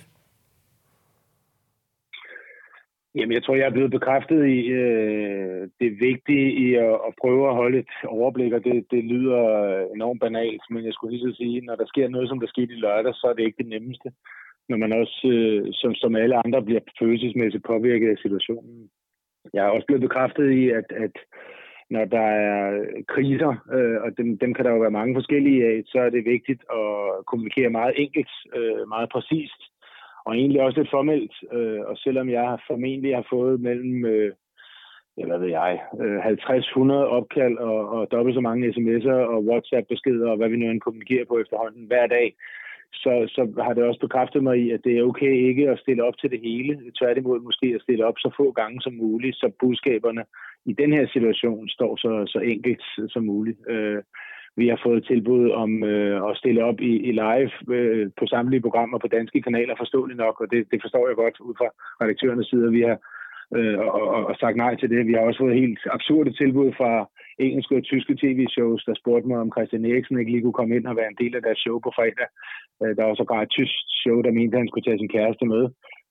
Jamen, jeg tror, jeg er blevet bekræftet i det vigtige i at prøve at holde et overblik, og det lyder enormt banalt, men jeg skulle lige sige, når der sker noget, som der skete i lørdag, så er det ikke det nemmeste, når man også, som alle andre, bliver følelsesmæssigt påvirket af situationen. Jeg er også blevet bekræftet i, at når der er kriser, og dem kan der jo være mange forskellige af, så er det vigtigt at kommunikere meget enkelt, meget præcist, og egentlig også lidt formelt. Og selvom jeg formentlig har fået mellem 50-100 opkald og dobbelt så mange sms'er og WhatsApp-beskeder og hvad vi nu end kommunikerer på efterhånden hver dag, så har det også bekræftet mig i, at det er okay ikke at stille op til det hele. Tværtimod måske at stille op så få gange som muligt, så budskaberne i den her situation står så enkelt som muligt. Vi har fået tilbud om at stille op i live på samtlige programmer på danske kanaler, forståeligt nok, og det forstår jeg godt ud fra redaktørernes side. Vi har og sagt nej til det. Vi har også fået helt absurde tilbud fra engelske og tyske tv-shows, der spurgte mig, om Christian Eriksen ikke lige kunne komme ind og være en del af deres show på fredag. Der var sågar et tysk show, der mente, at han skulle tage sin kæreste med.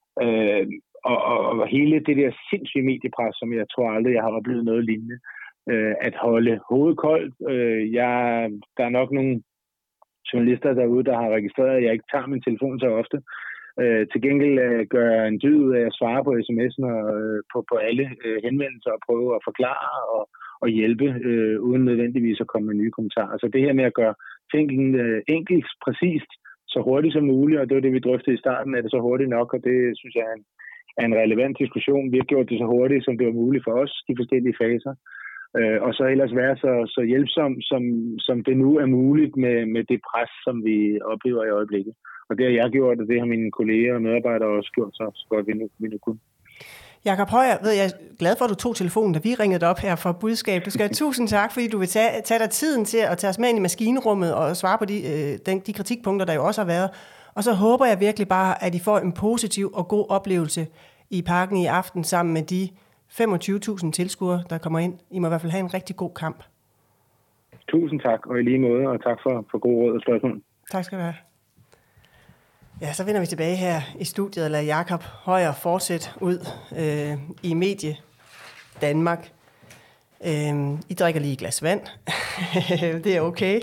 Og hele det der sindssyge mediepres, som jeg tror aldrig, jeg har oplevet noget lignende, at holde hovedet koldt. Der er nok nogle journalister derude, der har registreret, at jeg ikke tager min telefon så ofte. Til gengæld gør jeg en dyd ud af at svare på sms'en og på alle henvendelser og prøve at forklare og hjælpe, uden nødvendigvis at komme med nye kommentarer. Så det her med at gøre tingene enkelt, præcist, så hurtigt som muligt, og det var det, vi drøftede i starten, er det så hurtigt nok, og det synes jeg er en er en relevant diskussion. Vi har gjort det så hurtigt, som det var muligt for os, de forskellige faser. Og så ellers være så hjælpsom, som det nu er muligt med det pres, som vi oplever i øjeblikket. Og det har jeg gjort, og det har mine kolleger og medarbejdere også gjort, så godt vi nu kunne. Jakob Højer, jeg er glad for, at du tog telefonen, da vi ringede op her for budskab. Du skal have tusind tak, fordi du vil tage dig tiden til at tage os med ind i maskinrummet og svare på de kritikpunkter, der jo også har været. Og så håber jeg virkelig bare, at I får en positiv og god oplevelse i parken i aften sammen med de 25.000 tilskuere, der kommer ind. I må i hvert fald have en rigtig god kamp. Tusind tak, og i lige måde, og tak for god råd og spørgsmål. Tak skal du have. Ja, så vender vi tilbage her i studiet, og lader Jakob Højer fortsætte ud i Medie Danmark. I drikker lige et glas vand. Det er okay.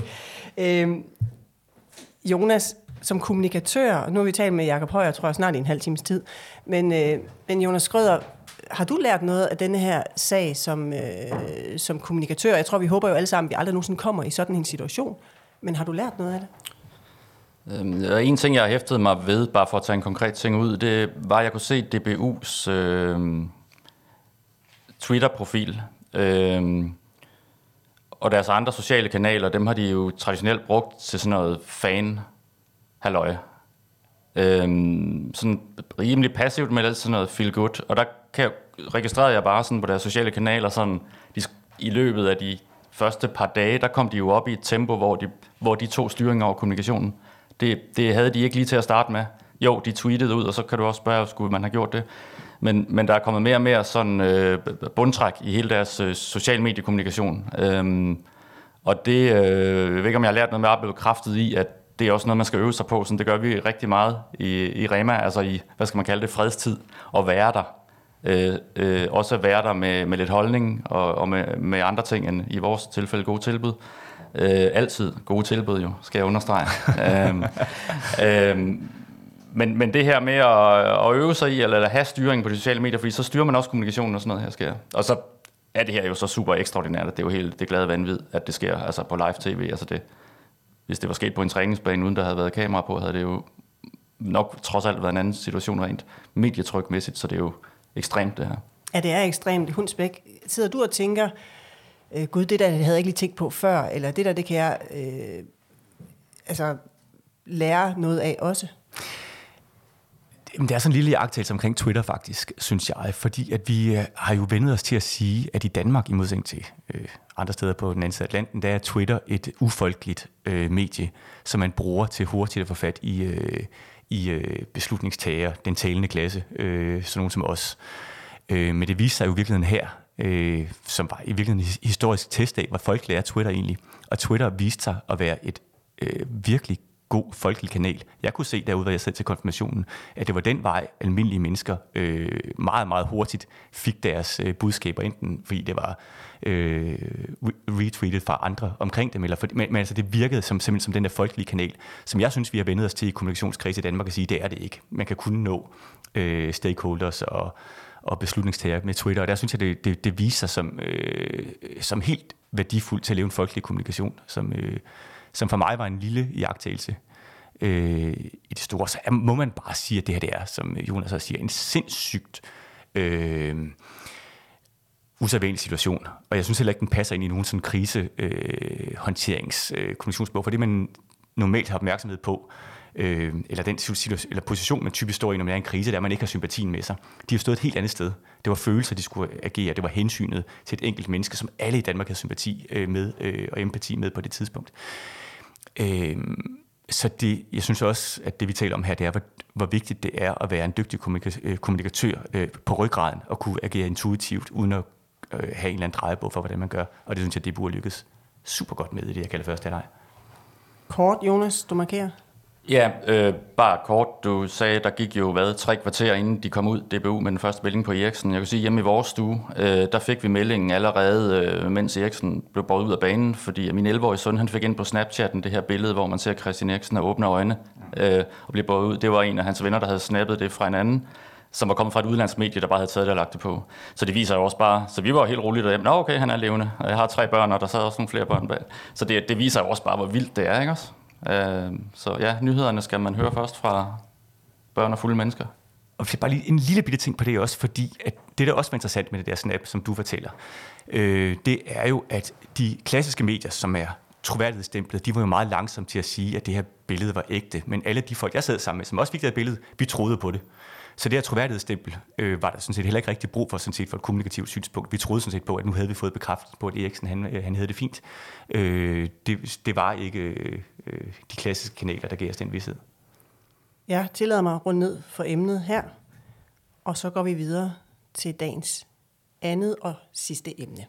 Jonas, som kommunikatør, nu har vi talt med Jakob Højer, tror jeg snart i en halv times tid, men Jonas Schrøder, har du lært noget af denne her sag som kommunikatør? Jeg tror, vi håber jo alle sammen, at vi aldrig nogensinde kommer i sådan en situation, men har du lært noget af det? En ting, jeg har hæftet mig ved, bare for at tage en konkret ting ud, det var, at jeg kunne se DBU's Twitter-profil. Og deres andre sociale kanaler, dem har de jo traditionelt brugt til sådan noget fan-halløj. Sådan rimelig passivt, men altid sådan noget feel-good. Og der registrerede jeg bare sådan på deres sociale kanaler, sådan, i løbet af de første par dage, der kom de jo op i et tempo, hvor de tog styringen over kommunikationen. Det havde de ikke lige til at starte med. Jo, de tweetede ud, og så kan du også spørge, skulle man have gjort det. Men der er kommet mere og mere sådan bundtræk i hele deres social mediekommunikation. Og det, jeg ved ikke, om jeg har lært noget med at blive bekræftet i, at det er også noget, man skal øve sig på. Så det gør vi rigtig meget i Rema, altså i, hvad skal man kalde det, fredstid, og være der. Også være der med lidt holdning og med andre ting end i vores tilfælde gode tilbud. Altid gode tilbud jo, skal jeg understrege. Men det her med at øve sig i, eller have styring på de sociale medier, fordi så styrer man også kommunikationen og sådan noget her sker. Og så er det her jo så super ekstraordinært, at det er jo helt det glade vanvid, at det sker altså på live tv. Altså det, hvis det var sket på en træningsbane, uden der havde været kamera på, havde det jo nok trods alt været en anden situation rent medietrykmæssigt, så det er jo ekstremt det her. Ja, det er ekstremt. Hundsbæk, sidder du og tænker, gud, det der havde jeg ikke lige tænkt på før, eller det der, det kan jeg lære noget af også? Det er sådan en lille iagttagelse omkring Twitter faktisk, synes jeg, fordi at vi har jo vendet os til at sige, at i Danmark, i modsætning til andre steder på den anden side af Atlanten, der er Twitter et ufolkeligt medie, som man bruger til hurtigt at få fat i beslutningstager, den talende klasse, sådan nogen som os. Men det viste sig jo i virkeligheden her, som var i virkeligheden en historisk test af, hvad folk lærer Twitter egentlig. Og Twitter viste sig at være et virkelig god folkelig kanal. Jeg kunne se derude, hvor jeg sad til konfirmationen, at det var den vej, almindelige mennesker meget, meget hurtigt fik deres budskaber, enten fordi det var retweetet fra andre omkring dem, eller men altså det virkede simpelthen som den der folkelige kanal, som jeg synes, vi har vendet os til i kommunikationskreds i Danmark at sige, det er det ikke. Man kan kun nå stakeholders og beslutningstager med Twitter, og der synes jeg, det viser sig som helt værdifuldt til at leve en folkelig kommunikation, som for mig var en lille iagttagelse i det store. Så må man bare sige, at det her det er, som Jonas også siger, en sindssygt usædvanlig situation. Og jeg synes heller ikke, den passer ind i nogen sådan krisehåndteringskommunikationsbog, for det man normalt har opmærksomhed på, eller den eller position, man typisk står i, når man er i en krise, der man ikke har sympatien med sig. De har stået et helt andet sted. Det var følelser, de skulle agere. Det var hensynet til et enkelt menneske, som alle i Danmark havde sympati med og empati med på det tidspunkt. Så jeg synes også, at det vi taler om her, det er, hvor vigtigt det er at være en dygtig kommunikatør på ryggraden og kunne agere intuitivt, uden at have en eller anden drejebog for, hvordan man gør. Og det synes jeg, det burde lykkes super godt med i det, jeg kalder første halvleg. Kort, Jonas, du markerer. Ja, bare kort. Du sagde, der gik jo 3 kvarter, inden de kom ud, DBU, med den første melding på Eriksen. Jeg kan sige, hjemme i vores stue, der fik vi meldingen allerede, mens Eriksen blev båret ud af banen, fordi min 11-årige søn, han fik ind på Snapchatten det her billede, hvor man ser Christian Eriksen og åbner øjne og bliver båret ud. Det var en af hans venner, der havde snappet det fra en anden, som var kommet fra et udlandsmedie, der bare havde taget det og lagt det på. Så det viser jo også bare, så vi var helt roligt derhjemme. Nå okay, han er levende, og jeg har 3 børn, og der sad også nogle flere børn bag. Så det viser jo også bare, hvor vildt det er, ikke også? Så ja, nyhederne skal man høre først fra børn og fulde mennesker. Og bare lige en lille bitte ting på det også, fordi at det, der også var interessant med det der snap, som du fortæller, det er jo, at de klassiske medier, som er troværdighedsstemplet, de var jo meget langsomme til at sige, at det her billede var ægte. Men alle de folk, jeg sad sammen med, som også fik det her billede, vi troede på det. Så det her troværdighedsstempel var der sådan set heller ikke rigtig brug for, sådan set, for et kommunikativt synspunkt. Vi troede sådan set på, at nu havde vi fået bekræftet på, at Eriksen han havde det fint. Det var ikke de klassiske kanaler, der gav os den vished. Jeg tillader mig at runde ned for emnet her, og så går vi videre til dagens andet og sidste emne.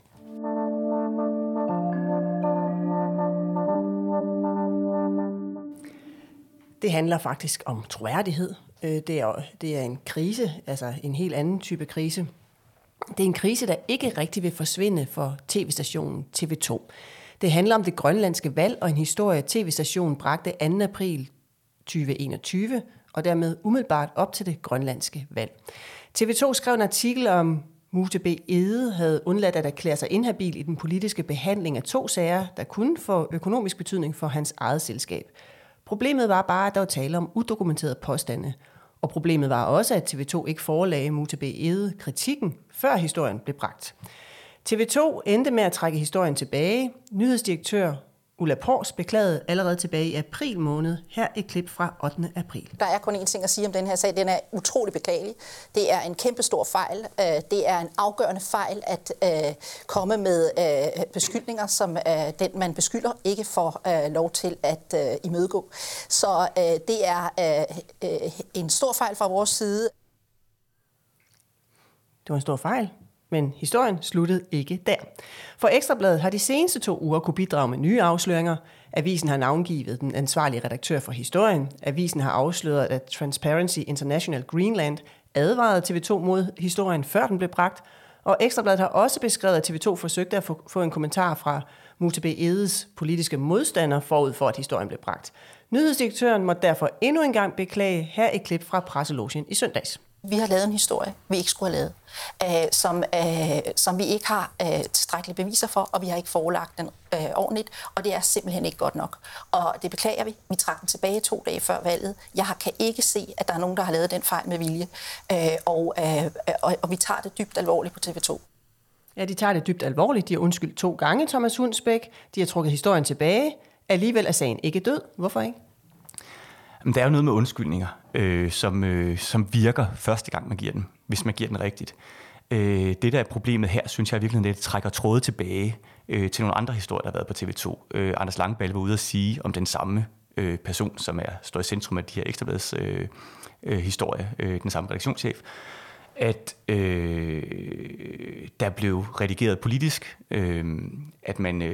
Det handler faktisk om troværdighed. Det er en krise, altså en helt anden type krise. Det er en krise, der ikke rigtig vil forsvinde for tv-stationen TV2. Det handler om det grønlandske valg og en historie, tv-stationen bragte 2. april 2021, og dermed umiddelbart op til det grønlandske valg. TV2 skrev en artikel om Mute B. Egede havde undladt at erklære sig inhabil i den politiske behandling af 2 sager, der kunne få økonomisk betydning for hans eget selskab. Problemet var bare, at der var tale om udokumenterede påstande. Og problemet var også, at TV2 ikke forelagde Mute B. Egede kritikken, før historien blev bragt. TV2 endte med at trække historien tilbage. Nyhedsdirektør Ulla Pors beklagede allerede tilbage i april måned. Her et klip fra 8. april. Der er kun én ting at sige om den her sag. Den er utrolig beklagelig. Det er en kæmpe stor fejl. Det er en afgørende fejl at komme med beskyldninger, som den, man beskylder, ikke får lov til at imødegå. Så det er en stor fejl fra vores side. Det var en stor fejl. Men historien sluttede ikke der. For Ekstra Bladet har de seneste 2 uger kunne bidrage med nye afsløringer. Avisen har navngivet den ansvarlige redaktør for historien. Avisen har afsløret, at Transparency International Greenland advarede TV2 mod historien, før den blev bragt. Og Ekstra Bladet har også beskrevet, at TV2 forsøgte at få en kommentar fra Mute B. Egedes politiske modstander forud for, at historien blev bragt. Nyhedsdirektøren måtte derfor endnu en gang beklage. Her et klip fra presselogen i søndags. Vi har lavet en historie, vi ikke skulle have lavet, som vi ikke har tilstrækkelige beviser for, og vi har ikke forelagt den ordentligt, og det er simpelthen ikke godt nok. Og det beklager vi. Vi trak den tilbage 2 dage før valget. Jeg kan ikke se, at der er nogen, der har lavet den fejl med vilje, og vi tager det dybt alvorligt på TV2. Ja, de tager det dybt alvorligt. De har undskyldt 2 gange, Thomas Hundsbæk. De har trukket historien tilbage. Alligevel er sagen ikke død. Hvorfor ikke? Der er jo noget med undskyldninger, som virker første gang, man giver den, hvis man giver den rigtigt. Det, der er problemet her, synes jeg virkelig, at det trækker tråde tilbage til nogle andre historier, der har været på TV2. Anders Langballe var ude at sige om den samme person, som står i centrum af de her Ekstrabladets historie, den samme redaktionschef, at der blev redigeret politisk, at man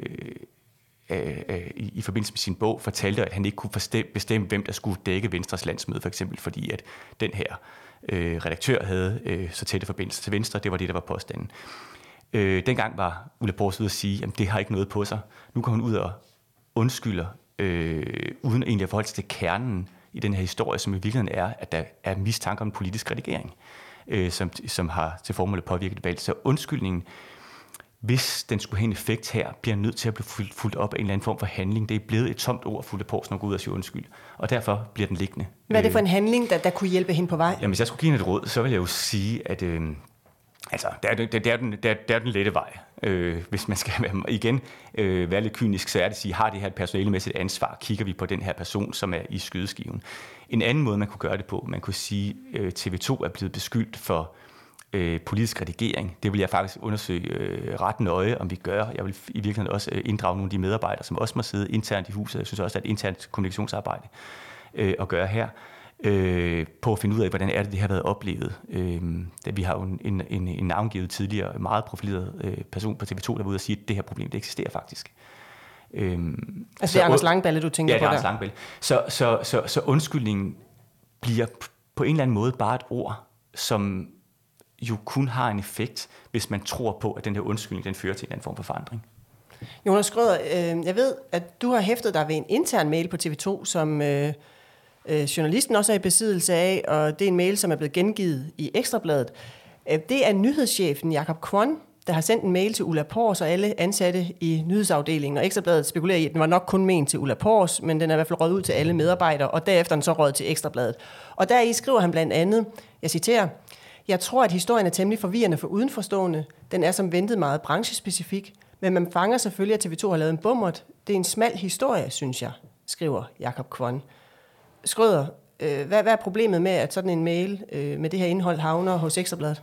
i forbindelse med sin bog fortalte, at han ikke kunne bestemme, hvem der skulle dække Venstres landsmøde, for eksempel, fordi at den her redaktør havde så tætte forbindelser til Venstre. Det var det, der var påstanden. Dengang var Ulla Pors ude at sige, at det har ikke noget på sig. Nu går hun ud og undskylder, uden egentlig at forholde sig til kernen i den her historie, som i virkeligheden er, at der er mistanke om en politisk redigering, som har til formål at påvirke det valg. Så undskyldningen, hvis den skulle have en effekt her, bliver nødt til at blive fuldt op af en eller anden form for handling. Det er blevet et tomt ord, Ulla Pors, når hun går ud og siger undskyld. Og derfor bliver den liggende. Hvad er det for en handling, der kunne hjælpe hende på vej? Jamen, hvis jeg skulle give hende et råd, så vil jeg jo sige, at det er den lette vej. Hvis man skal være lidt kynisk, så er det at sige, har det her et personalemæssigt ansvar? Kigger vi på den her person, som er i skydeskiven? En anden måde, man kunne gøre det på, man kunne sige, at TV2 er blevet beskyldt for politisk redigering. Det vil jeg faktisk undersøge ret nøje, om vi gør. Jeg vil i virkeligheden også inddrage nogle af de medarbejdere, som også må sidde internt i huset. Jeg synes også, at det er et internt kommunikationsarbejde at gøre her, på at finde ud af, hvordan er det har været oplevet. Vi har jo en navngivet tidligere, meget profileret person på TV2, der var ude og sige, at det her problem, det eksisterer faktisk. Altså det er Anders Langballe, du tænker på der? Ja, det er Anders Langballe. Så undskyldningen bliver på en eller anden måde bare et ord, som jo kun har en effekt, hvis man tror på, at den her undskyldning, den fører til en anden form for forandring. Jonas Schrøder, jeg ved, at du har hæftet dig ved en intern mail på TV2, som journalisten også er i besiddelse af, og det er en mail, som er blevet gengivet i Ekstrabladet. Det er nyhedschefen Jakob Kwon, der har sendt en mail til Ulla Pors og alle ansatte i nyhedsafdelingen, og Ekstrabladet spekulerer i, at den var nok kun ment til Ulla Pors, men den er i hvert fald røget ud til alle medarbejdere, og derefter den så røget til Ekstrabladet. Og deri skriver han blandt andet, jeg citerer, jeg tror, at historien er temmelig forvirrende for udenforstående. Den er som ventet meget branchespecifik, men man fanger selvfølgelig, at TV2 har lavet en bummert. Det er en smal historie, synes jeg, skriver Jakob Kvon. Schrøder, hvad er problemet med, at sådan en mail med det her indhold havner hos Ekstrabladet?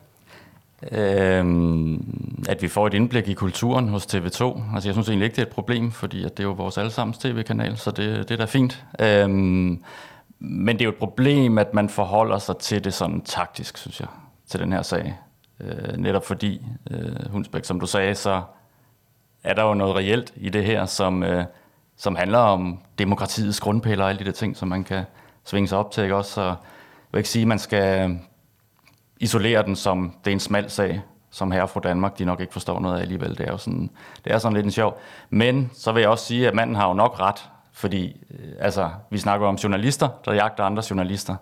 At vi får et indblik i kulturen hos TV2. Altså jeg synes egentlig ikke, det er et problem, fordi at det er jo vores allesammens tv-kanal, så det er da fint. Men det er jo et problem, at man forholder sig til det sådan taktisk, synes jeg, til den her sag. Netop fordi, Hundsbæk, som du sagde, så er der jo noget reelt i det her, som handler om demokratiets grundpiller og alle de der ting, som man kan svinge sig op til. Ikke? Også, så jeg vil ikke sige, at man skal isolere den som, det er en smal sag, som herre fra Danmark, de nok ikke forstår noget af alligevel. Det er sådan lidt en sjov. Men så vil jeg også sige, at manden har jo nok ret, fordi vi snakker om journalister, der jagter andre journalister.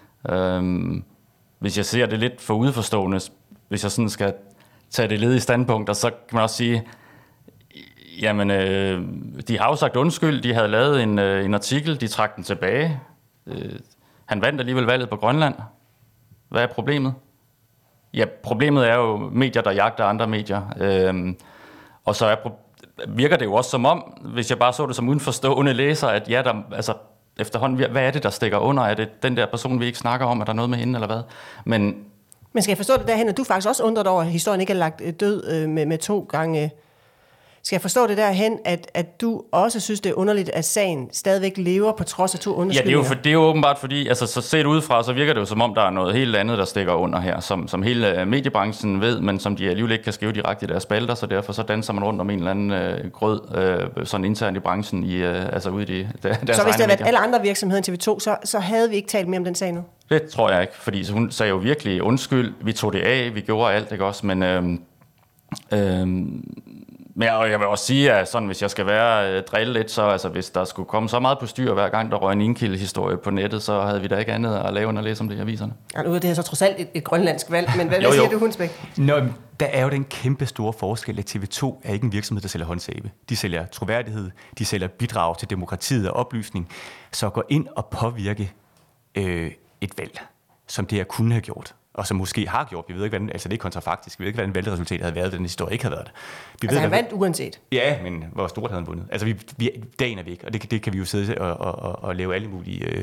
Hvis jeg ser det lidt for udeforstående, hvis jeg sådan skal tage det led i standpunkter, så kan man også sige, jamen, de har jo sagt undskyld, de havde lavet en artikel, de trak den tilbage. Han vandt alligevel valget på Grønland. Hvad er problemet? Ja, problemet er jo medier, der jagter andre medier. Og så virker det jo også som om, hvis jeg bare så det som udenforstående læser, at ja, efterhånden, hvad er det, der stikker under? Er det den der person, vi ikke snakker om? Er der noget med hende, eller hvad? Men skal jeg forstå det derhen, at du faktisk også undret over, at historien ikke er lagt død med 2 gange? Skal jeg forstå det derhen, at du også synes, det er underligt, at sagen stadigvæk lever på trods af 2 undskyldninger? Ja, det er jo åbenbart, fordi så set udefra, så virker det jo som om, der er noget helt andet, der stikker under her, som hele mediebranchen ved, men som de alligevel ikke kan skrive direkte i deres spalter, så derfor så danser man rundt om en eller anden grød, sådan internt i branchen, ude i deres Så hvis det havde været alle andre virksomheder end TV2, så havde vi ikke talt mere om den sag nu? Det tror jeg ikke, fordi hun sagde jo virkelig undskyld, vi tog det af, vi gjorde alt, ikke også, men jeg vil også sige, at sådan, hvis jeg skal drille lidt, så hvis der skulle komme så meget på styr hver gang, der røg en indkildehistorie på nettet, så havde vi da ikke andet at lave end at læse om det i aviserne. Ja, nu er det her så trods alt et grønlandsk valg, men hvad siger du, Hundsbæk? Der er jo den kæmpe store forskel, at TV2 er ikke en virksomhed, der sælger håndsæbe. De sælger troværdighed, de sælger bidrag til demokratiet og oplysning, så gå ind og påvirke et valg, som det her kunne have gjort. Og som måske har gjort. Vi ved ikke, det er kontrafaktisk. Vi ved ikke, hvordan valgresultatet havde været, hvis den historie ikke havde været det. Han vandt uanset? Ja, men hvor stort havde han vundet? Dagen er væk, og det kan vi jo sidde og lave alle mulige,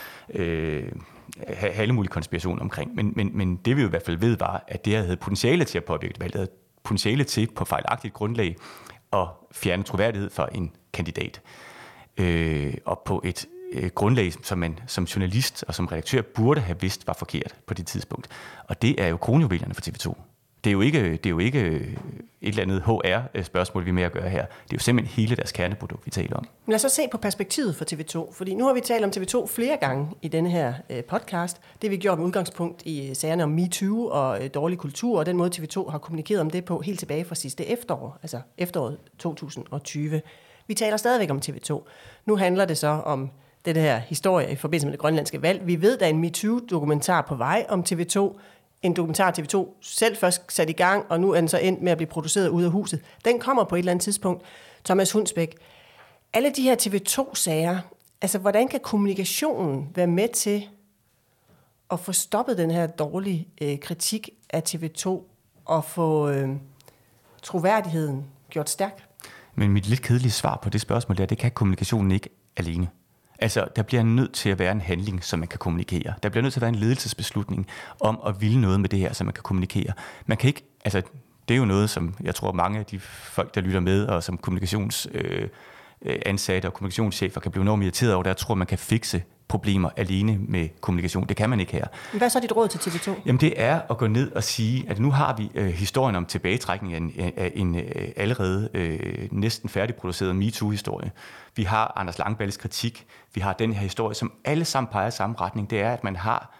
have alle mulige konspirationer omkring. Men det vi jo i hvert fald ved var, at det havde potentiale til at påvirke valget. Det havde potentiale til på fejlagtigt grundlag at fjerne troværdighed for en kandidat. Og på et grundlag, som man som journalist og som redaktør burde have vidst var forkert på det tidspunkt. Og det er jo kronjuvelerne for TV2. Det er jo ikke et eller andet HR-spørgsmål, vi er med at gøre her. Det er jo simpelthen hele deres kerneprodukt, vi taler om. Men lad os så se på perspektivet for TV2, fordi nu har vi talt om TV2 flere gange i denne her podcast. Det har vi gjort med udgangspunkt i sagerne om MeToo og dårlig kultur, og den måde TV2 har kommunikeret om det på helt tilbage fra sidste efterår, altså efteråret 2020. Vi taler stadigvæk om TV2. Nu handler det så om det her historie i forbindelse med det grønlandske valg. Vi ved, der er en MeToo-dokumentar på vej om TV2. En dokumentar, TV2 selv først sat i gang, og nu er den så endt med at blive produceret ude af huset. Den kommer på et eller andet tidspunkt. Thomas Hundsbæk, alle de her TV2-sager, altså hvordan kan kommunikationen være med til at få stoppet den her dårlige kritik af TV2 og få troværdigheden gjort stærk? Men mit lidt kedelige svar på det spørgsmål det kan kommunikationen ikke alene. Altså, der bliver nødt til at være en handling, som man kan kommunikere. Der bliver nødt til at være en ledelsesbeslutning om at ville noget med det her, som man kan kommunikere. Man kan ikke, altså, det er jo noget, som jeg tror mange af de folk, der lytter med, og som kommunikationsansatte og kommunikationschefer kan blive enormt irriteret over, der tror, man kan fikse problemer alene med kommunikation. Det kan man ikke her. Hvad er så dit råd til TV2? Jamen det er at gå ned og sige, at nu har vi historien om tilbagetrækning af en allerede næsten færdigproduceret MeToo-historie. Vi har Anders Langballes kritik. Vi har den her historie, som alle sammen peger i samme retning. Det er, at man har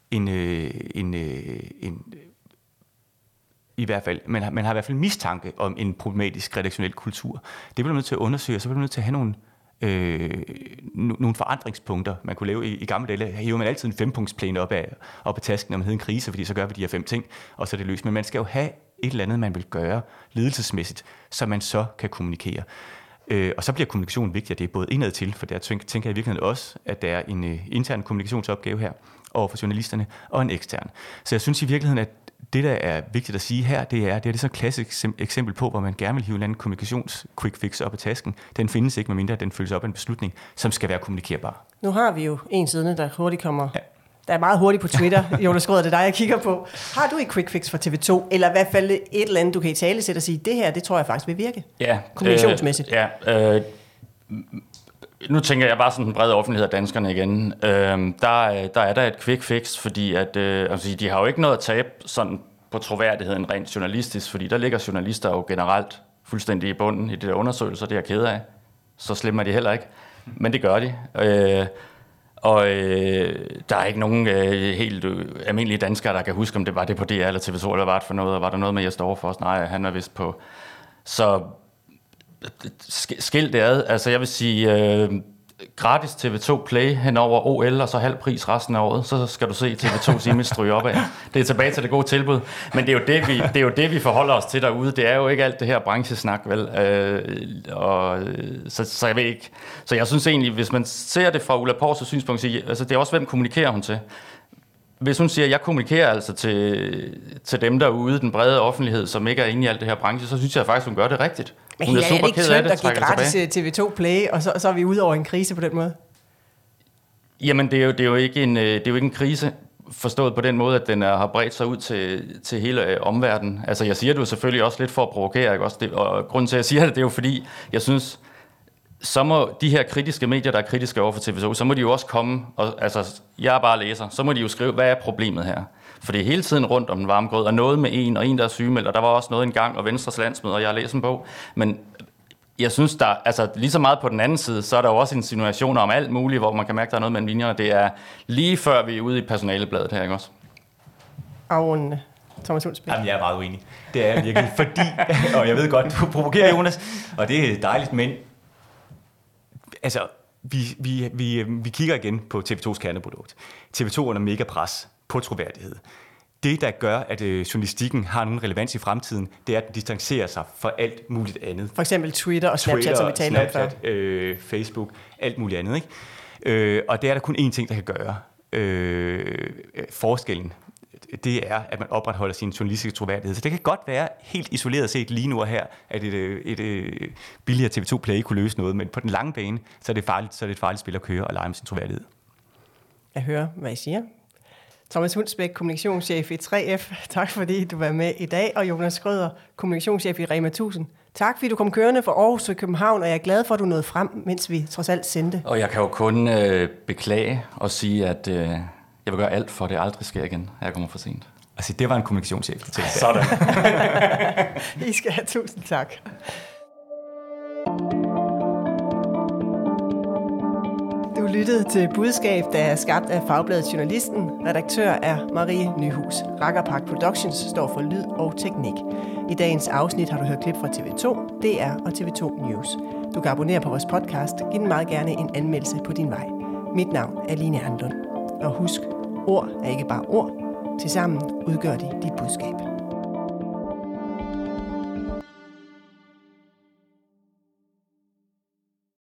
i hvert fald, man har i hvert fald mistanke om en problematisk redaktionel kultur. Det bliver man nødt til at undersøge, og så bliver man nødt til at have nogle forandringspunkter, man kunne lave i gamle dage. Her hiver man altid en 5-punktsplan op af tasken, når man hedder en krise, fordi så gør vi de her 5 ting, og så er det løst. Men man skal jo have et eller andet, man vil gøre ledelsesmæssigt, så man så kan kommunikere. Og så bliver kommunikation vigtig, og det er både indad til, for der tænker jeg i virkeligheden også, at der er en intern kommunikationsopgave her over for journalisterne, og en ekstern. Så jeg synes i virkeligheden, at det, der er vigtigt at sige her, det er sådan et klassisk eksempel på, hvor man gerne vil hive en anden kommunikations-quick fix op af tasken. Den findes ikke, medmindre den følges op af en beslutning, som skal være kommunikérbar. Nu har vi jo en side, der hurtigt kommer... Ja. Der er meget hurtigt på Twitter. Jonas Schrøder, det er dig, jeg kigger på. Har du et quick fix for TV2? Eller i hvert fald et eller andet, du kan i tale sætte og sige, det her, det tror jeg faktisk vil virke? Ja. Kommunikationsmæssigt. Nu tænker jeg bare sådan den brede offentlighed af danskerne igen. Der er der et quick fix, fordi at, de har jo ikke noget at tabe sådan på troværdigheden rent journalistisk, fordi der ligger journalister jo generelt fuldstændig i bunden i de der undersøgelser, det er jeg ked af. Så slemme er de heller ikke. Men det gør de. Der er ikke nogen helt almindelige danskere, der kan huske, om det var det på DR eller TV2, eller var det for noget, og var der noget med Jes Dorfors? Nej, han er vist på. Så skil det ad. Altså jeg vil sige, gratis TV2 Play hen over OL, og så halv pris resten af året, så skal du se TV2's image stryge opad. Det er tilbage til det gode tilbud. Men det er jo det, vi forholder os til derude. Det er jo ikke alt det her branchesnak, vel? Så jeg ved ikke. Så jeg synes egentlig, hvis man ser det fra Ulla Pors synspunkt, altså det er også, hvem kommunikerer hun til? Hvis hun siger, at jeg kommunikerer altså til dem derude, den brede offentlighed, som ikke er inde i alt det her branche, så synes jeg faktisk, hun gør det rigtigt. Men hun er super ked af det, at give gratis TV2 Play, og så er vi ude over en krise på den måde? Jamen, det er jo ikke en krise, forstået på den måde, at den har bredt sig ud til hele omverdenen. Altså, jeg siger det jo selvfølgelig også lidt for at provokere, ikke? Også det, og grunden til, at jeg siger det er jo fordi, jeg synes, så må de her kritiske medier, der er kritiske over for TV2, så må de jo også komme, og altså, jeg er bare læser, så må de jo skrive, hvad er problemet her? For det er hele tiden rundt om den varme grød, og noget med en, og en, der er sygemeldt, og der var også noget engang, og Venstres landsmøde, og jeg har læst en bog. Men jeg synes, der, altså lige så meget på den anden side, så er der jo også insinuationer om alt muligt, hvor man kan mærke, der er noget mellem linjerne. Det er lige før vi er ude i personalebladet her, ikke også? Afrundende. Thomas Hundsbæk. Jamen, jeg er meget uenig. Det er virkelig fordi, og jeg ved godt, du provokerer, Jonas, og det er dejligt, men altså, vi kigger igen på TV2's kerneprodukt. TV2 under mega pres på troværdighed. Det, der gør, at journalistikken har nogen relevans i fremtiden, det er, at den distancerer sig fra alt muligt andet. For eksempel Twitter og Snapchat, som vi talte om før. Facebook, alt muligt andet. Ikke? Og det er der kun én ting, der kan gøre. Forskellen, det er, at man opretholder sin journalistiske troværdighed. Så det kan godt være, helt isoleret set lige nu og her, at et billigere TV2 Play kunne løse noget, men på den lange bane, så er det et farligt spil at køre og lege med sin troværdighed. Jeg hører, hvad I siger. Thomas Hundsbæk, kommunikationschef i 3F. Tak fordi du var med i dag. Og Jonas Schrøder, kommunikationschef i Rema 1000. Tak fordi du kom kørende fra Aarhus og København, og jeg er glad for, at du nåede frem, mens vi trods alt sendte. Og jeg kan jo kun beklage og sige, at jeg vil gøre alt for, at det aldrig sker igen, at jeg kommer for sent. Altså, det var en kommunikationschef. Sådan. I skal have 1000 tak. Du lyttede til Budskab, der er skabt af Fagbladet Journalisten. Redaktør er Marie Nyhus. Rakkerpark Productions står for lyd og teknik. I dagens afsnit har du hørt klip fra TV2, DR og TV2 News. Du kan abonnere på vores podcast. Giv den meget gerne en anmeldelse på din vej. Mit navn er Line Arnlund. Og husk, ord er ikke bare ord. Tilsammen udgør de dit budskab.